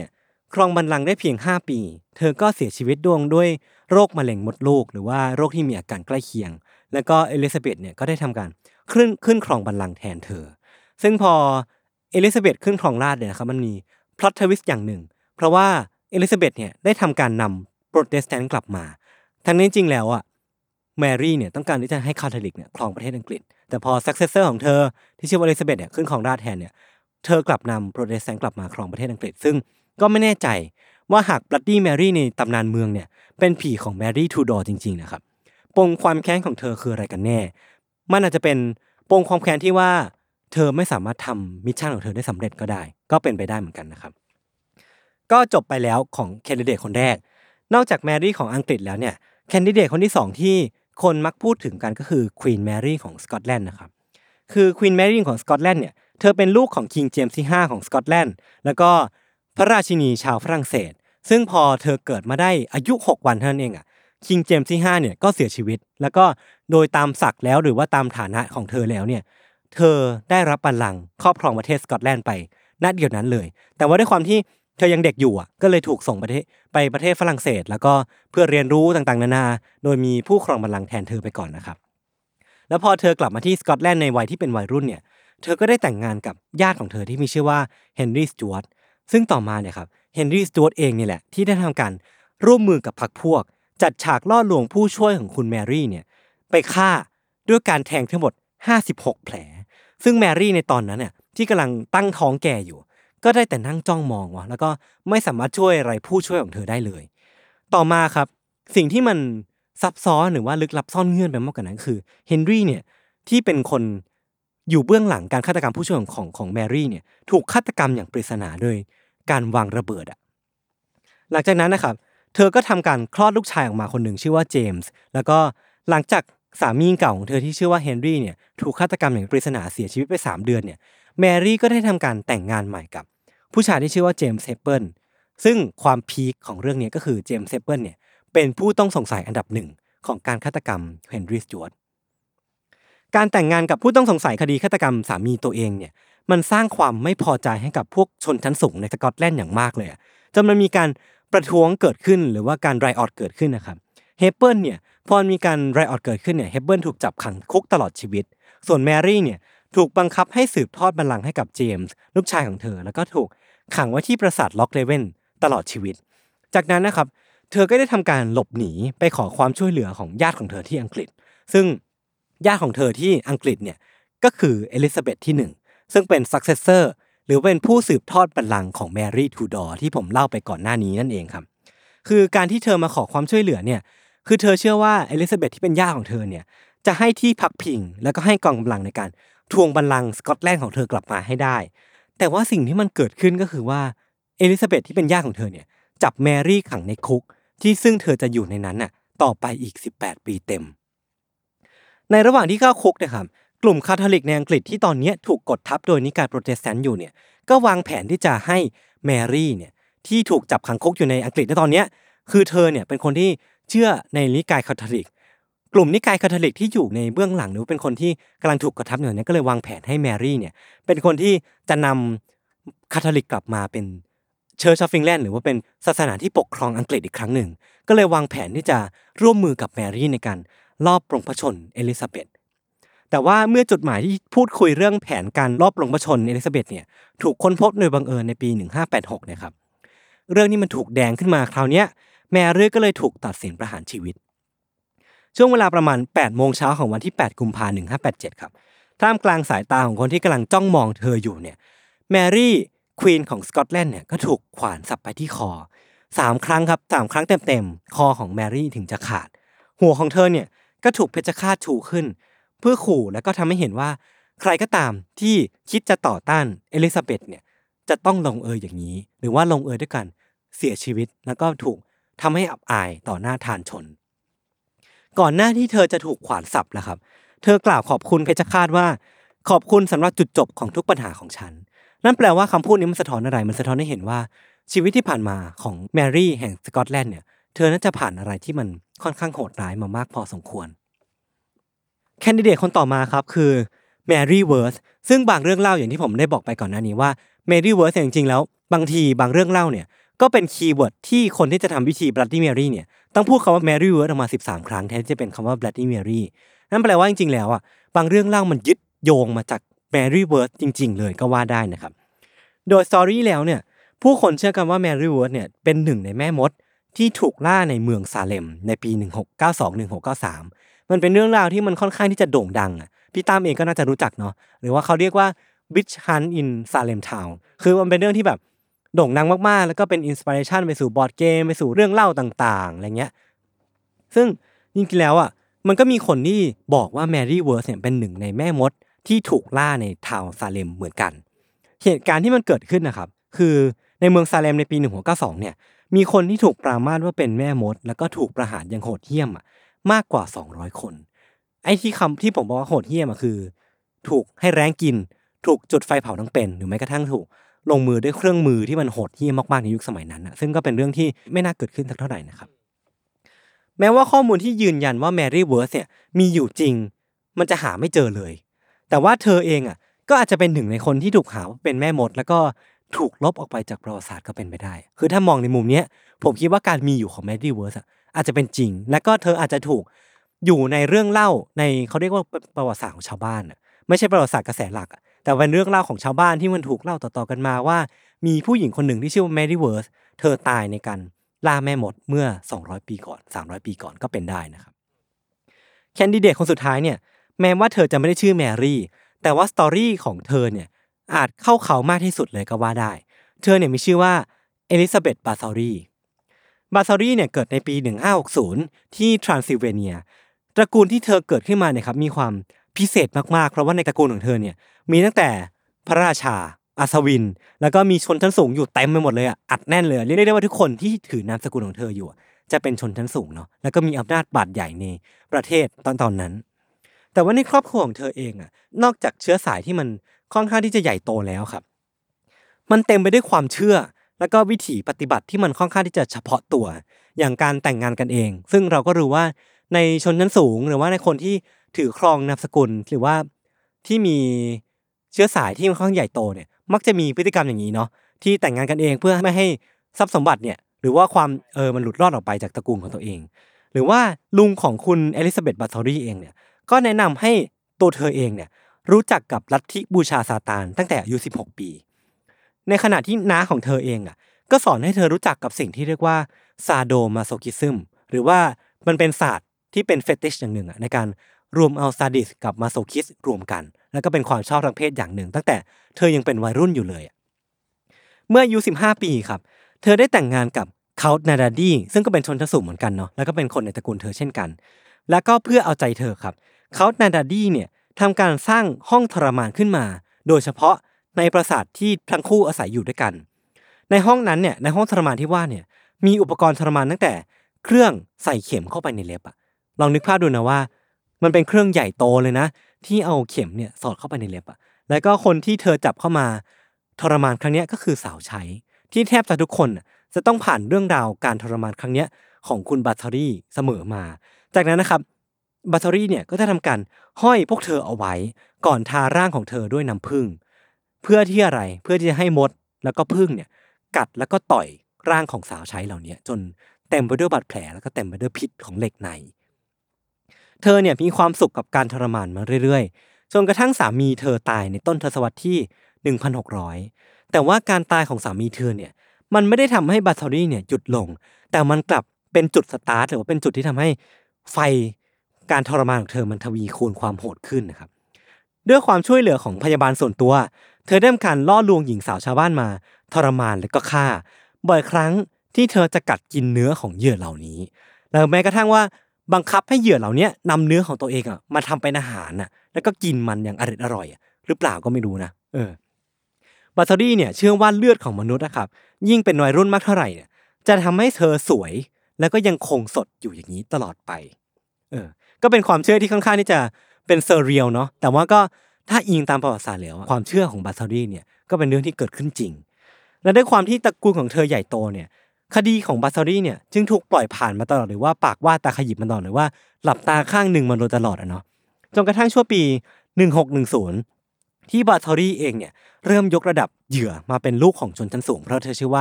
Speaker 5: ครองบัลลังก์ได้เพียงห้าปีเธอก็เสียชีวิตดวงด้วยโรคมะเร็งมดลูกหรือว่าโรคที่มีอาการใกล้เคียงแล้วก็เอลิซาเบธเนี่ยก็ได้ทำการขึ้นขึ้นครองบัลลังก์แทนเธอซึ่งพอเอลิซาเบธขึ้นครองราชย์เนี่ยนะครับมันมีพล็อตทวิสต์อย่างหนึ่งเพราะว่าเอลิซาเบธเนี่ยได้ทำการนำโปรเตสแตนต์กลับมาทั้งนี้จริงแล้วอ่ะแมรี่เนี่ยต้องการที่จะให้คาทอลิกเนี่ยครองประเทศอังกฤษแต่พอซักเซสเซอร์ของเธอที่ชื่อว่าเอลิซาเบธเนี่ยขึ้นครองราชย์แทนเนี่ยเธอกลับนำโปรเตสแตนต์กลับมาครองประเทศอังกฤษซึ่งก็ไม่แน่ใจว่าหากบลัดดี้แมรี่ในตำนานเมืองเนี่ยเป็นผีของแมรี่ทูดอร์จริงๆนะครับปมความแค้นของเธอคืออะไรกันแน่มันอาจจะเป็นปมความแค้นที่ว่าเธอไม่สามารถทำมิชชั่นของเธอได้สำเร็จก็ได้ก็เป็นไปได้เหมือนกันนะครับก็จบไปแล้วของแคนดิเดตคนแรกนอกจากแมรี่ของอังกฤษแล้วเนี่ยแคนดิเดตคนที่สองที่คนมักพูดถึงกันก็คือควีนแมรี่ของสกอตแลนด์นะครับคือควีนแมรี่ของสกอตแลนด์เนี่ยเธอเป็นลูกของคิงเจมส์ที่ห้าของสกอตแลนด์แล้วก็พระราชินีชาวฝรั่งเศสซึ่งพอเธอเกิดมาได้อายุหกวันเท่านั้นเองอ่ะคิงเจมส์ที่ห้าเนี่ยก็เสียชีวิตแล้วก็โดยตามศักดิ์แล้วหรือว่าตามฐานะของเธอแล้วเนี่ยเธอได้รับบัลลังก์ครอบครองประเทศสกอตแลนด์ไปณเดี๋ยวนั้นเลยแต่ว่าด้วยความที่เธอยังเด็กอยู่อ่ะก็เลยถูกส่งประเทศไปประเทศฝรั่งเศสแล้วก็เพื่อเรียนรู้ต่างๆนานาโดยมีผู้ครองบัลลังก์แทนเธอไปก่อนนะครับแล้วพอเธอกลับมาที่สกอตแลนด์ในวัยที่เป็นวัยรุ่นเนี่ยเธอก็ได้แต่งงานกับญาติของเธอที่มีชื่อว่าเฮนรี่สจ๊วตซึ่งต่อมาเนี่ยครับเฮนรี่สจ๊วตเองนี่แหละที่ได้ทำการร่วมมือกับพรรคพวกจัดฉากล่อลวงผู้ช่วยของคุณแมรี่เนี่ยไปฆ่าด้วยการแทงทั้งหมดห้าสิบหกแผลซึ่งแมรี่ในตอนนั้นเนี่ยที่กำลังตั้งท้องแก่อยู่ก็ได้แต่นั่งจ้องมองวะแล้วก็ไม่สามารถช่วยอะไรผู้ช่วยของเธอได้เลยต่อมาครับสิ่งที่มันซับซ้อนหรือว่าลึกลับซ่อนเงื่อนไปมากกว่านั้นคือเฮนรี่เนี่ยที่เป็นคนอยู่เบื้องหลังการฆาตกรรมผู้ช่วยของของแมรี่เนี่ยถูกฆาตกรรมอย่างปริศนาโดยการวางระเบิดอ่ะหลังจากนั้นนะครับเธอก็ทำการคลอดลูกชายออกมาคนหนึ่งชื่อว่าเจมส์แล้วก็หลังจากสามีเก่าของเธอที่ชื่อว่าเฮนรี่เนี่ยถูกฆาตกรรมอย่างปริศนาเสียชีวิตไปสามเดือนเนี่ยแมรี่ก็ได้ทำการแต่งงานใหม่กับผู้ชายที่ชื่อว่าเจมส์เฮปเปิลซึ่งความพีคของเรื่องนี้ก็คือเจมส์เฮปเปิลเนี่ยเป็นผู้ต้องสงสัยอันดับหนึ่งของการฆาตกรรมเฮนรี่สจ๊วตการแต่งงานกับผู้ต้องสงสัยคดีฆาตกรรมสามีตัวเองเนี่ยมันสร้างความไม่พอใจให้กับพวกชนชั้นสูงในสกอตแลนด์อย่างมากเลยจนมันมีการประท้วงเกิดขึ้นหรือว่าการไรออตเกิดขึ้นนะครับเฮปเปิลเนี่ยพอมีการไรออตเกิดขึ้นเนี่ยเฮปเปิลถูกจับขังคุกตลอดชีวิตส่วนแมรี่เนี่ยถูกบังคับให้สืบทอดบัลลังก์ให้กับเจมส์ลูกชายของเธอแล้วก็ถูกขังไว้ที่ปราสาทล็อกเลเวนตลอดชีวิตจากนั้นนะครับเธอก็ได้ทำการหลบหนีไปขอความช่วยเหลือของญาติของเธอที่อังกฤษซึ่งญาติของเธอที่อังกฤษเนี่ยก็คือเอลิซาเบธที่หนึ่งซึ่งเป็นซักเซสเซอร์หรือเป็นผู้สืบทอดบัลลังก์ของแมรี่ทูดอร์ที่ผมเล่าไปก่อนหน้านี้นั่นเองครับคือการที่เธอมาขอความช่วยเหลือเนี่ยคือเธอเชื่อว่าเอลิซาเบธที่เป็นย่าของเธอเนี่ยจะให้ที่พักพิงแล้วก็ให้กองกำลังในการทวงบัลลังก์สกอตแลนด์ของเธอกลับมาให้ได้แต่ว่าสิ่งที่มันเกิดขึ้นก็คือว่าเอลิซาเบธที่เป็นย่าของเธอเนี่ยจับแมรี่ขังในคุกที่ซึ่งเธอจะอยู่ในนั้นน่ะต่อไปอีกสิบแปดปีเต็มในระหว่างที่เข้าคุกนะครับกลุ่มคาทอลิกในอังกฤษที่ตอนนี้ถูกกดทับโดยนิกายโปรเตสแตนต์อยู่เนี่ยก็วางแผนที่จะให้แมรี่เนี่ยที่ถูกจับขังคุกอยู่ในอังกฤษในตอนนี้คือเธอเนี่ยเป็นคนที่เชื่อในนิกายคาทอลิกกลุ่มนิกายคาทอลิกที่อยู่ในเบื้องหลังหรือเป็นคนที่กำลังถูกกดทับอยู่เนี่ยก็เลยวางแผนให้แมรี่เนี่ยเป็นคนที่จะนำคาทอลิกกลับมาเป็นเชิร์ชออฟอิงแลนด์หรือว่าเป็นศาสนาที่ปกครองอังกฤษอีกครั้งหนึ่งก็เลยวางแผนที่จะร่วมมือกับแมรี่ในการลอบปลงพระชนเอลิซาเบธแต่ว่าเมื่อจดหมายที่พูดคุยเรื่องแผนการลอบปลงพระชนเอลิซาเบธเนี่ยถูกค้นพบโดยบังเอิญในปีหนึ่งพันห้าร้อยแปดสิบหกนะครับเรื่องนี้มันถูกแดงขึ้นมาคราวนี้แมรี่ก็เลยถูกตัดสินประหารชีวิตช่วงเวลาประมาณ แปดโมงเช้าของวันที่แปดกุมภาพันธ์หนึ่งพันห้าร้อยแปดสิบเจ็ดครับท่ามกลางสายตาของคนที่กำลังจ้องมองเธออยู่เนี่ยแมรี่ควีนของสกอตแลนด์เนี่ยก็ถูกขวานสับไปที่คอสามครั้งครับสามครั้งเต็มๆคอของแมรี่ถึงจะขาดหัวของเธอเนี่ยก็ถูกเพชฌฆาตชูขึ้นเพื่อขู่และก็ทำให้เห็นว่าใครก็ตามที่คิดจะต่อต้านเอลิซาเบธเนี่ยจะต้องลงเอยอย่างนี้หรือว่าลงเอยด้วยกันเสียชีวิตแล้วก็ถูกทำให้อับอายต่อหน้าทานชนก่อนหน้าที่เธอจะถูกขวานสับแล้วครับเธอกล่าวขอบคุณเพชฌฆาตว่าขอบคุณสำหรับจุดจบของทุกปัญหาของฉันนั่นแปลว่าคำพูดนี้มันสะท้อนอะไรมันสะท้อนให้เห็นว่าชีวิตที่ผ่านมาของแมรี่แห่งสกอตแลนด์เนี่ยเธอน่าจะผ่านอะไรที่มันค่อนข้างโหดร้ายมามากพอสมควรแคนดิเดตคนต่อมาครับคือแมรี่เวิร์ธซึ่งบางเรื่องเล่าอย่างที่ผมได้บอกไปก่อนหน้านี้ว่าแมรี่เวิร์ธจริงๆแล้วบางทีบางเรื่องเล่าเนี่ยก็เป็นคีย์เวิร์ดที่คนที่จะทำพิธี Bloody Mary เนี่ยต้องพูดคำว่า Mary Word ออกมาสิบสามครั้งแทนที่จะเป็นคำว่า Bloody Mary นั่นแปลว่าจริงๆแล้วอ่ะบางเรื่องเล่ามันยึดโยงมาจาก Mary Word จริงๆเลยก็ว่าได้นะครับโดยสตอรี่แล้วเนี่ยผู้คนเชื่อกันว่า Mary Word เนี่ยเป็นหนึ่งในแม่มดที่ถูกล่าในเมืองซาเลมในปีหนึ่งหกเก้าสอง หนึ่งหกเก้าสามมันเป็นเรื่องราวที่มันค่อนข้างที่จะโด่งดังอ่ะพี่ตามเองก็น่าจะรู้จักเนาะหรือว่าเขาเรียกว่า Witch Hunt in Salem Town คือมันเป็นเรื่องที่แบบโด่งดังมากๆแล้วก็เป็นอินสปิเรชันไปสู่บอร์ดเกมไปสู่เรื่องเล่าต่างๆอะไรเงี้ยซึ่งจริงๆแล้วอ่ะมันก็มีคนที่บอกว่า Mary Word เนี่ยเป็นหนึ่งในแม่มดที่ถูกล่าในทาวน์ซาเลมเหมือนกันเหตุการณ์ที่มันเกิดขึ้นนะครับคือในเมืองซาเลมในปีหนึ่งหกเก้าสองเนี่ยมีคนที่ถูกปรามาสว่าเป็นแม่มดแล้วก็ถูกประหารอย่างโหดเหี้ยมอ่ะมากกว่าสองร้อยคนไอ้ที่คำที่ผมบอกว่าโหดเหี้ยมอ่ะคือถูกให้แร้งกินถูกจุดไฟเผาทั้งเป็นหรือแม้กระทั่งถูกลงมือด้วยเครื่องมือที่มันโหดเหี้ยมมากๆในยุคสมัยนั้นนะซึ่งก็เป็นเรื่องที่ไม่น่าเกิดขึ้นสักเท่าไหร่นะครับแม้ว่าข้อมูลที่ยืนยันว่า Mary Word เนี่ยมีอยู่จริงมันจะหาไม่เจอเลยแต่ว่าเธอเองอ่ะก็อาจจะเป็นหนึ่งในคนที่ถูกหาว่าเป็นแม่มดแล้วก็ถูกลบออกไปจากประวัติศาสตร์ก็เป็นไปได้คือถ้ามองในมุมนี้ผมคิดว่าการมีอยู่ของ Mary Word อ่ะอาจจะเป็นจริงและก็เธออาจจะถูกอยู่ในเรื่องเล่าในเขาเรียกว่าประวัติศาสตร์ของชาวบ้านอ่ะไม่ใช่ประวัติศาสตร์กระแสหลักอ่ะแต่เป็นเรื่องเล่าของชาวบ้านที่มันถูกเล่าต่อๆกันมาว่ามีผู้หญิงคนหนึ่งที่ชื่อว่า Mary Word เธอตายในการล่าแม่มดเมื่อสองร้อยปีก่อนสามร้อยปีก่อนก็เป็นได้นะครับแคนดิเดตคนสุดท้ายเนี่ยแม้ว่าเธอจะไม่ได้ชื่อแมรี่แต่ว่าสตอรี่ของเธอเนี่ยอาจเข้าเขามากที่สุดเลยก็ว่าได้เธอเนี่ยมีชื่อว่าเอลิซาเบธบาซารีบาซารีเนี่ยเกิดในปีหนึ่งห้าหกศูนย์ที่ทรานซิลเวเนียตระกูลที่เธอเกิดขึ้นมาเนี่ยครับมีความพิเศษมากๆเพราะว่าในตระกูลของเธอเนี่ยมีตั้งแต่พระราชาอัศวินแล้วก็มีชนชั้นสูงอยู่เต็มไปหมดเลยอ่ะอัดแน่นเลยเรียกได้ว่าทุกคนที่ถือนามสกุลของเธออยู่จะเป็นชนชั้นสูงเนาะแล้วก็มีอำนาจบาดใหญ่ในประเทศตอนตอนนั้นแต่ว่าในครอบครัวของเธอเองอ่ะนอกจากเชื้อสายที่มันค่อนข้างที่จะใหญ่โตแล้วครับมันเต็มไปด้วยความเชื่อแล้วก็วิถีปฏิบัติที่มันค่อนข้างที่จะเฉพาะตัวอย่างการแต่งงานกันเองซึ่งเราก็รู้ว่าในชนชั้นสูงหรือว่าในคนที่ถือครองนามสกุลหรือว่าที่มีเชื้อสายที่ค่อนข้างใหญ่โตเนี่ยมักจะมีพฤติกรรมอย่างนี้เนาะที่แต่งงานกันเองเพื่อไม่ให้ทรัพย์สมบัติเนี่ยหรือว่าความเออมันหลุดรอดออกไปจากตระกูลของตัวเองหรือว่าลุงของคุณเอลิซาเบธบาซารีเองเนี่ยก็แนะนำให้ตัวเธอเองเนี่ยรู้จักกับลัทธิบูชาซาตานตั้งแต่อายุสิบหกปีในขณะที่น้าของเธอเองอ่ะก็สอนให้เธอรู้จักกับสิ่งที่เรียกว่าซาโดมาโซคิซึมหรือว่ามันเป็นศาสตร์ที่เป็นเฟติชอย่างหนึ่งอ่ะในการรวมเอาซาดิสกับมาโซคิสรวมกันแล้วก็เป็นความชอบทางเพศอย่างหนึ่งตั้งแต่เธอยังเป็นวัยรุ่นอยู่เลยเมื่ออายุสิบห้าปีครับเธอได้แต่งงานกับคาลต์นาดาดีซึ่งก็เป็นชนชั้นสูงเหมือนกันเนาะแล้วก็เป็นคนในตระกูลเธอเช่นกันแล้วก็เพื่อเอาใจเธอครับคาลต์นาดาดีเนี่ยทำการสร้างห้องทรมานขึ้นมาโดยเฉพาะในปราสาทที่ทั้งคู่อาศัยอยู่ด้วยกันในห้องนั้นเนี่ยในห้องทรมานที่ว่าเนี่ยมีอุปกรณ์ทรมานตั้งแต่เครื่องใส่เข็มเข้าไปในเล็บอะลองนึกภาพดูนะว่ามันเป็นเครื่องใหญ่โตเลยนะที่เอาเข็มเนี่ยสอดเข้าไปในเล็บอะแล้วก็คนที่เธอจับเข้ามาทรมานครั้งนี้ก็คือสาวใช้ที่แทบจะทุกคนจะต้องผ่านเรื่องราวการทรมานครั้งนี้ของคุณบาซารีเสมอมาจากนั้นนะครับบาซารีเนี่ยก็จะทำการห้อยพวกเธอเอาไว้ก่อนทาร่างของเธอด้วยน้ำผึ้งเพื่อที่อะไรเพื่อที่จะให้มดแล้วก็ผึ้งเนี่ยกัดแล้วก็ต่อยร่างของสาวใช้เหล่านี้จนเต็มไปด้วยบาดแผลแล้วก็เต็มไปด้วยพิษของเหล็กในเธอเนี่ยมีความสุขกับการทรมานมาเรื่อยๆจนกระทั่งสามีเธอตายในต้นทศวรรษที่หนึ่งพันหกร้อยแต่ว่าการตายของสามีเธอเนี่ยมันไม่ได้ทำให้บาซารีเนี่ยหยุดลงแต่มันกลับเป็นจุดสตาร์ทหรือว่าเป็นจุดที่ทำให้ไฟการทรมานของเธอมันทวีคูณความโหดขึ้นนะครับด้วยความช่วยเหลือของพยาบาลส่วนตัวเธอได้ทำการล่อลวงหญิงสาวชาวบ้านมาทรมานและก็ฆ่าบ่อยครั้งที่เธอจะกัดกินเนื้อของเหยื่อเหล่านี้แล้วแม้กระทั่งว่าบังคับให้เหยื่อเหล่านี้นำเนื้อของตัวเองอ่ะมาทำเป็นอาหารน่ะแล้วก็กินมันอย่างอร่อยอร่อยหรือเปล่าก็ไม่รู้นะเออบาซารีเนี่ยเชื่อว่าเลือดของมนุษย์นะครับยิ่งเป็นวัยรุ่นมากเท่าไหร่เนี่ยจะทำให้เธอสวยแล้วก็ยังคงสดอยู่อย่างนี้ตลอดไปเออก็เป็นความเชื่อที่ค่อนข้างที่จะเป็นเซอร์เรียลเนาะแต่ว่าก็ถ้าอิงตามประวัติศาสตร์แล้วความเชื่อของบาซารีเนี่ยก็เป็นเรื่องที่เกิดขึ้นจริงและด้วยความที่ตระกูลของเธอใหญ่โตเนี่ยคดีของบาซารีเนี่ยจึงถูกปล่อยผ่านมาตลอดหรือว่าปากว่าตาขยิบมาตลอดหรือว่าหลับตาข้างหนึ่งมาโดยตลอดอ่ะเนาะจนกระทั่งช่วงปีหนึ่งหกหนึ่งศูนย์ที่บาซารีเองเนี่ยเริ่มยกระดับเหยื่อมาเป็นลูกของชนชั้นสูงเพราะเธอชื่อว่า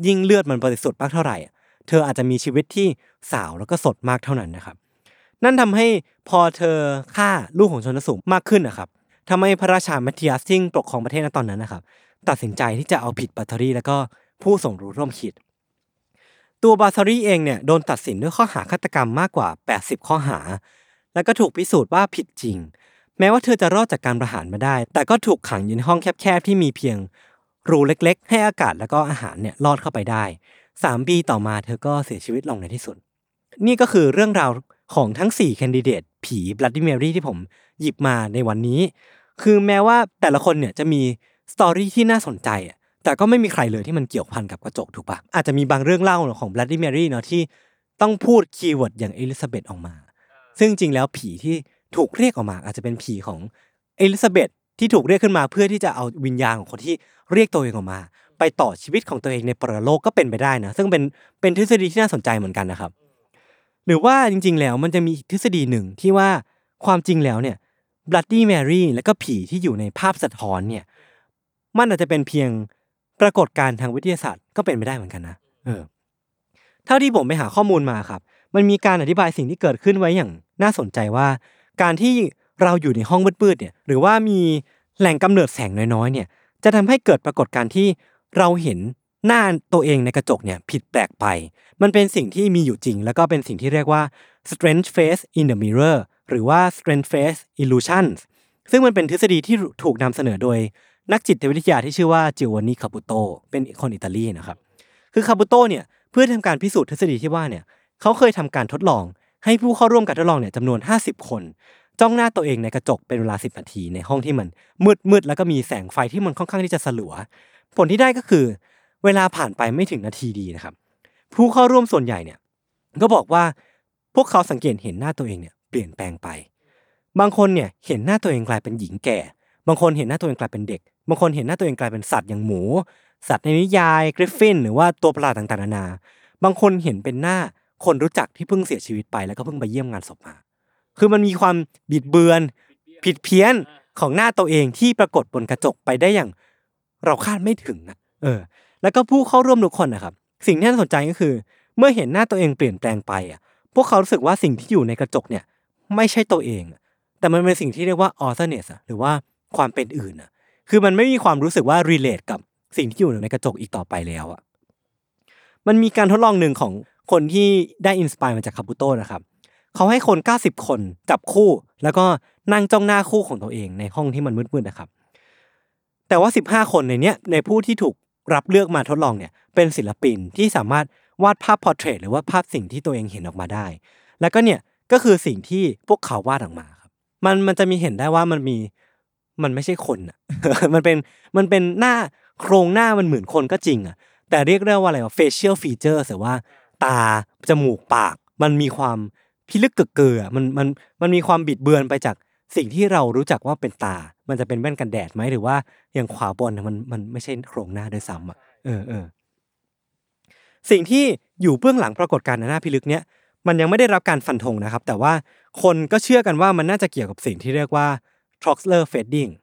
Speaker 5: ยิ่งเลือดมันบริสุทธิ์มากเท่าไหร่เธออาจจะมีชีวิตที่สาวแล้วก็สดมากเท่านั้นนะครับนั่นทำให้พอเธอฆ่าลูกของชนสูงมากขึ้นนะครับทำให้พระราชาแมทธิอัสที่ปกครองประเทศในตอนนั้นนะครับตัดสินใจที่จะเอาผิดบาทารีแล้วก็ผู้สมรู้ร่วมคิดตัวบาทารีเองเนี่ยโดนตัดสินด้วยข้อหาฆาตกรรมมากกว่าแปดสิบข้อหาแล้วก็ถูกพิสูจน์ว่าผิดจริงแม้ว่าเธอจะรอดจากการประหารมาได้แต่ก็ถูกขังอยู่ในห้องแคบๆที่มีเพียงรูเล็กๆให้อากาศแล้วก็อาหารเนี่ยลอดเข้าไปได้สามปีต่อมาเธอก็เสียชีวิตลงในที่สุดนี่ก็คือเรื่องราวของทั้งสี่แคนดิเดตผี Bloody Mary ที่ผมหยิบมาในวันนี้คือแม้ว่าแต่ละคนเนี่ยจะมีสตอรี่ที่น่าสนใจอ่ะแต่ก็ไม่มีใครเลยที่มันเกี่ยวพันกับกระจกถูกปะอาจจะมีบางเรื่องเล่าของ Bloody Mary เนาะที่ต้องพูดคีย์เวิร์ดอย่างเอลิซาเบธออกมาซึ่งจริงแล้วผีที่ถูกเรียกออกมาอาจจะเป็นผีของเอลิซาเบธที่ถูกเรียกขึ้นมาเพื่อที่จะเอาวิญญาณของคนที่เรียกตัวเองออกมาไปต่อชีวิตของตัวเองในปรโลกก็เป็นไปได้นะซึ่งเป็นเป็นทฤษฎีที่น่าสนใจเหมือนกันนะครับหรือว่าจริงๆแล้วมันจะมีทฤษฎีหนึ่งที่ว่าความจริงแล้วเนี่ย Bloody Mary และก็ผีที่อยู่ในภาพสะท้อนเนี่ยมันอาจจะเป็นเพียงปรากฏการณ์ทางวิทยาศาสตร์ก็เป็นไปได้เหมือนกันนะเออเท่าที่ผมไปหาข้อมูลมาครับมันมีการอธิบายสิ่งที่เกิดขึ้นไว้อย่างน่าสนใจว่าการที่เราอยู่ในห้องมืดๆเนี่ยหรือว่ามีแหล่งกำเนิดแสงน้อยๆเนี่ยจะทำให้เกิดปรากฏการณ์ที่เราเห็นหน้าตัวเองในกระจกเนี่ยผิดแปลกไปมันเป็นสิ่งที่มีอยู่จริงแล้วก็เป็นสิ่งที่เรียกว่า strange face in the mirror หรือว่า strange face illusions ซึ่งมันเป็นทฤษฎีที่ถูกนำเสนอโดยนักจิตวิทยาที่ชื่อว่าจิโอวานนี คาปูโตเป็นคนอิตาลีนะครับคือคาปูโตเนี่ยเพื่อทำการพิสูจน์ทฤษฎีที่ว่าเนี่ยเขาเคยทำการทดลองให้ผู้เข้าร่วมการทดลองเนี่ยจำนวนห้าสิบคนจ้องหน้าตัวเองในกระจกเป็นเวลาสิบนาทีในห้องที่มันมืดๆแล้วก็มีแสงไฟที่มันค่อนข้างที่จะสลัวผลที่ได้ก็คือเวลาผ่านไปไม่ถึงนาทีดีนะครับผู้เข้าร่วมส่วนใหญ่เนี่ยก็บอกว่าพวกเขาสังเกตเห็นหน้าตัวเองเนี่ยเปลี่ยนแปลงไปบางคนเนี่ยเห็นหน้าตัวเองกลายเป็นหญิงแก่บางคนเห็นหน้าตัวเองกลายเป็นเด็กบางคนเห็นหน้าตัวเองกลายเป็นสัตว์อย่างหมูสัตว์ในนิยายกริฟฟินหรือว่าตัวประหลาดต่างๆนานาบางคนเห็นเป็นหน้าคนรู้จักที่เพิ่งเสียชีวิตไปแล้วก็เพิ่งไปเยี่ยมงานศพมาคือมันมีความบิดเบือนผิดเพี้ยนของหน้าตัวเองที่ปรากฏบนกระจกไปได้อย่างเราคาดไม่ถึงอ่ะเออแล้วก็ผู้เข้าร่วมทุกคนนะครับสิ่งที่น่าสนใจก็คือเมื่อเห็นหน้าตัวเองเปลี่ยนแปลงไปอ่ะพวกเขารู้สึกว่าสิ่งที่อยู่ในกระจกเนี่ยไม่ใช่ตัวเองแต่มันเป็นสิ่งที่เรียกว่า alternate หรือว่าความเป็นอื่นอ่ะคือมันไม่มีความรู้สึกว่า relate กับสิ่งที่อยู่ในกระจกอีกต่อไปแล้วอ่ะมันมีการทดลองหนึ่งของคนที่ได้อินสไปร์มาจากคาปูโตนะครับเขาให้คนเก้าสิบคนจับคู่แล้วก็นั่งจ้องหน้าคู่ของตัวเองในห้องที่มันมืดๆนะครับแต่ว่าสิบห้าคนในเนี้ยในผู้ที่ถูกรับเลือกมาทดลองเนี่ยเป็นศิลปินที่สามารถวาดภาพพอร์เทรตหรือว่าภาพสิ่งที่ตัวเองเห็นออกมาได้แล้วก็เนี่ยก็คือสิ่งที่พวกเขาวาดออกมาครับมันมันจะมีเห็นได้ว่ามันมีมันไม่ใช่คนอ่ะ มันเป็นมันเป็นหน้าโครงหน้ามันเหมือนคนก็จริงอ่ะแต่เรียกได้ว่าอะไรว่า facial features หรือว่าตาจมูกปากมันมีความพิลึกกึกกืออ่ะมันมันมันมีความบิดเบือนไปจากสิ่งที่เรารู้จักว่าเป็นตามันจะเป็นแว่นกันแดดไหมหรือว่าอย่างขวาบนมันมันไม่ใช่โครงหน้าด้วยซ้ำอ่ะเออเออสิ่งที่อยู่เบื้องหลังปรากฏการณ์หน้าพิลึกเนี้ยมันยังไม่ได้รับการฟันธงนะครับแต่ว่าคนก็เชื่อกันว่ามันน่าจะเกี่ยวกับสิ่งที่เรียกว่า Troxler fading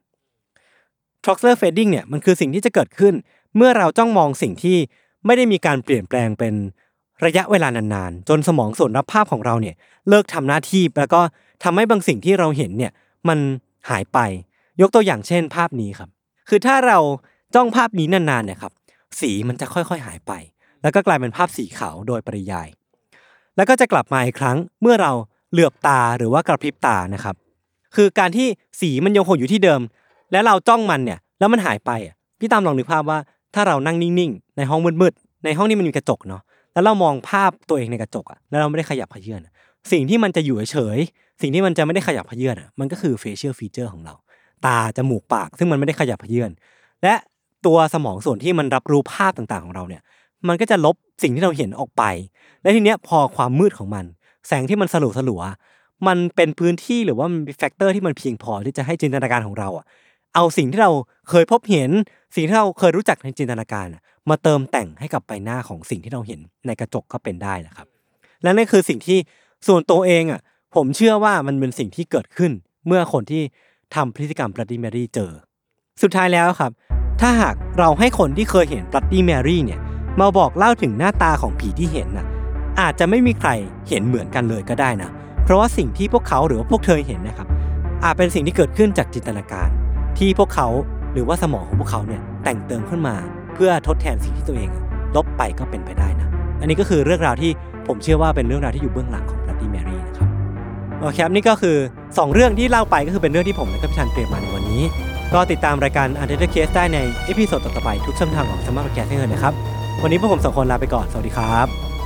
Speaker 5: Troxler fading เนี่ยมันคือสิ่งที่จะเกิดขึ้นเมื่อเราจ้องมองสิ่งที่ไม่ได้มีการเปลี่ยนแปลงเป็นระยะเวลานานๆจนสมองส่วนรับภาพของเราเนี่ยเลิกทำหน้าที่แล้วก็ทำให้บางสิ่งที่เราเห็นเนี่ยมันหายไปยกตัวอย่างเช่นภาพนี้ครับคือถ้าเราจ้องภาพนี้นานๆเนี่ยครับสีมันจะค่อยๆหายไปแล้วก็กลายเป็นภาพสีขาวโดยปริยายแล้วก็จะกลับมาอีกครั้งเมื่อเราเหลือบตาหรือว่ากระพริบตานะครับคือการที่สีมันยังคงอยู่ที่เดิมแล้วเราจ้องมันเนี่ยแล้วมันหายไปอ่ะพี่ตามลองนึกภาพว่าถ้าเรานั่งนิ่งๆในห้องมืดๆในห้องนี้มันมีกระจกเนาะแล้วเรามองภาพตัวเองในกระจกอ่ะแล้วเราไม่ได้ขยับเขยื้อนสิ่งที่มันจะอยู่เฉยๆสิ่งที่มันจะไม่ได้ขยับเขยื้อนอ่ะมันก็คือ facial feature ของเราตาจมูกปากซึ่งมันไม่ได้ขยับเขยื้อนและตัวสมองส่วนที่มันรับรู้ภาพต่างๆของเราเนี่ยมันก็จะลบสิ่งที่เราเห็นออกไปและทีเนี้ยพอความมืดของมันแสงที่มันสลัวสลัวมันเป็นพื้นที่หรือว่ามันเป็นแฟกเตอร์ที่มันเพียงพอที่จะให้จินตนาการของเราอ่ะเอาสิ่งที่เราเคยพบเห็นสิ่งที่เราเคยรู้จักในจินตนาการมาเติมแต่งให้กับใบหน้าของสิ่งที่เราเห็นในกระจกก็เป็นได้นะครับและนั่นคือสิ่งที่ส่วนตัวเองอ่ะผมเชื่อว่ามันเป็นสิ่งที่เกิดขึ้นเมื่อคนที่ทำพฤติกรรม Bloody Mary เจอสุดท้ายแล้วครับถ้าหากเราให้คนที่เคยเห็น Bloody Mary เนี่ยมาบอกเล่าถึงหน้าตาของผีที่เห็นน่ะอาจจะไม่มีใครเห็นเหมือนกันเลยก็ได้นะเพราะว่าสิ่งที่พวกเขาหรือว่าพวกเธอเห็นนะครับอาจเป็นสิ่งที่เกิดขึ้นจากจินตนาการที่พวกเขาหรือว่าสมองของพวกเขาเนี่ยแต่งเติมขึ้นมาเพื่อทดแทนสิ่งที่ตัวเองลบไปก็เป็นไปได้นะอันนี้ก็คือเรื่องราวที่ผมเชื่อว่าเป็นเรื่องราวที่อยู่เบื้องหลังของ Bloody Mary นะครับโอเคครับนี่ก็คือสองเรื่องที่เล่าไปก็คือเป็นเรื่องที่ผมและก็พี่ชันเตรียมมาในวันนี้ก็ติดตามรายการ Untitled Case ได้ในเอพิโซดต่อๆไปทุกช่องทางของ Summer Podcast เช่นเคยนะครับวันนี้พวกผมสองคนลาไปก่อนสวัสดีครับ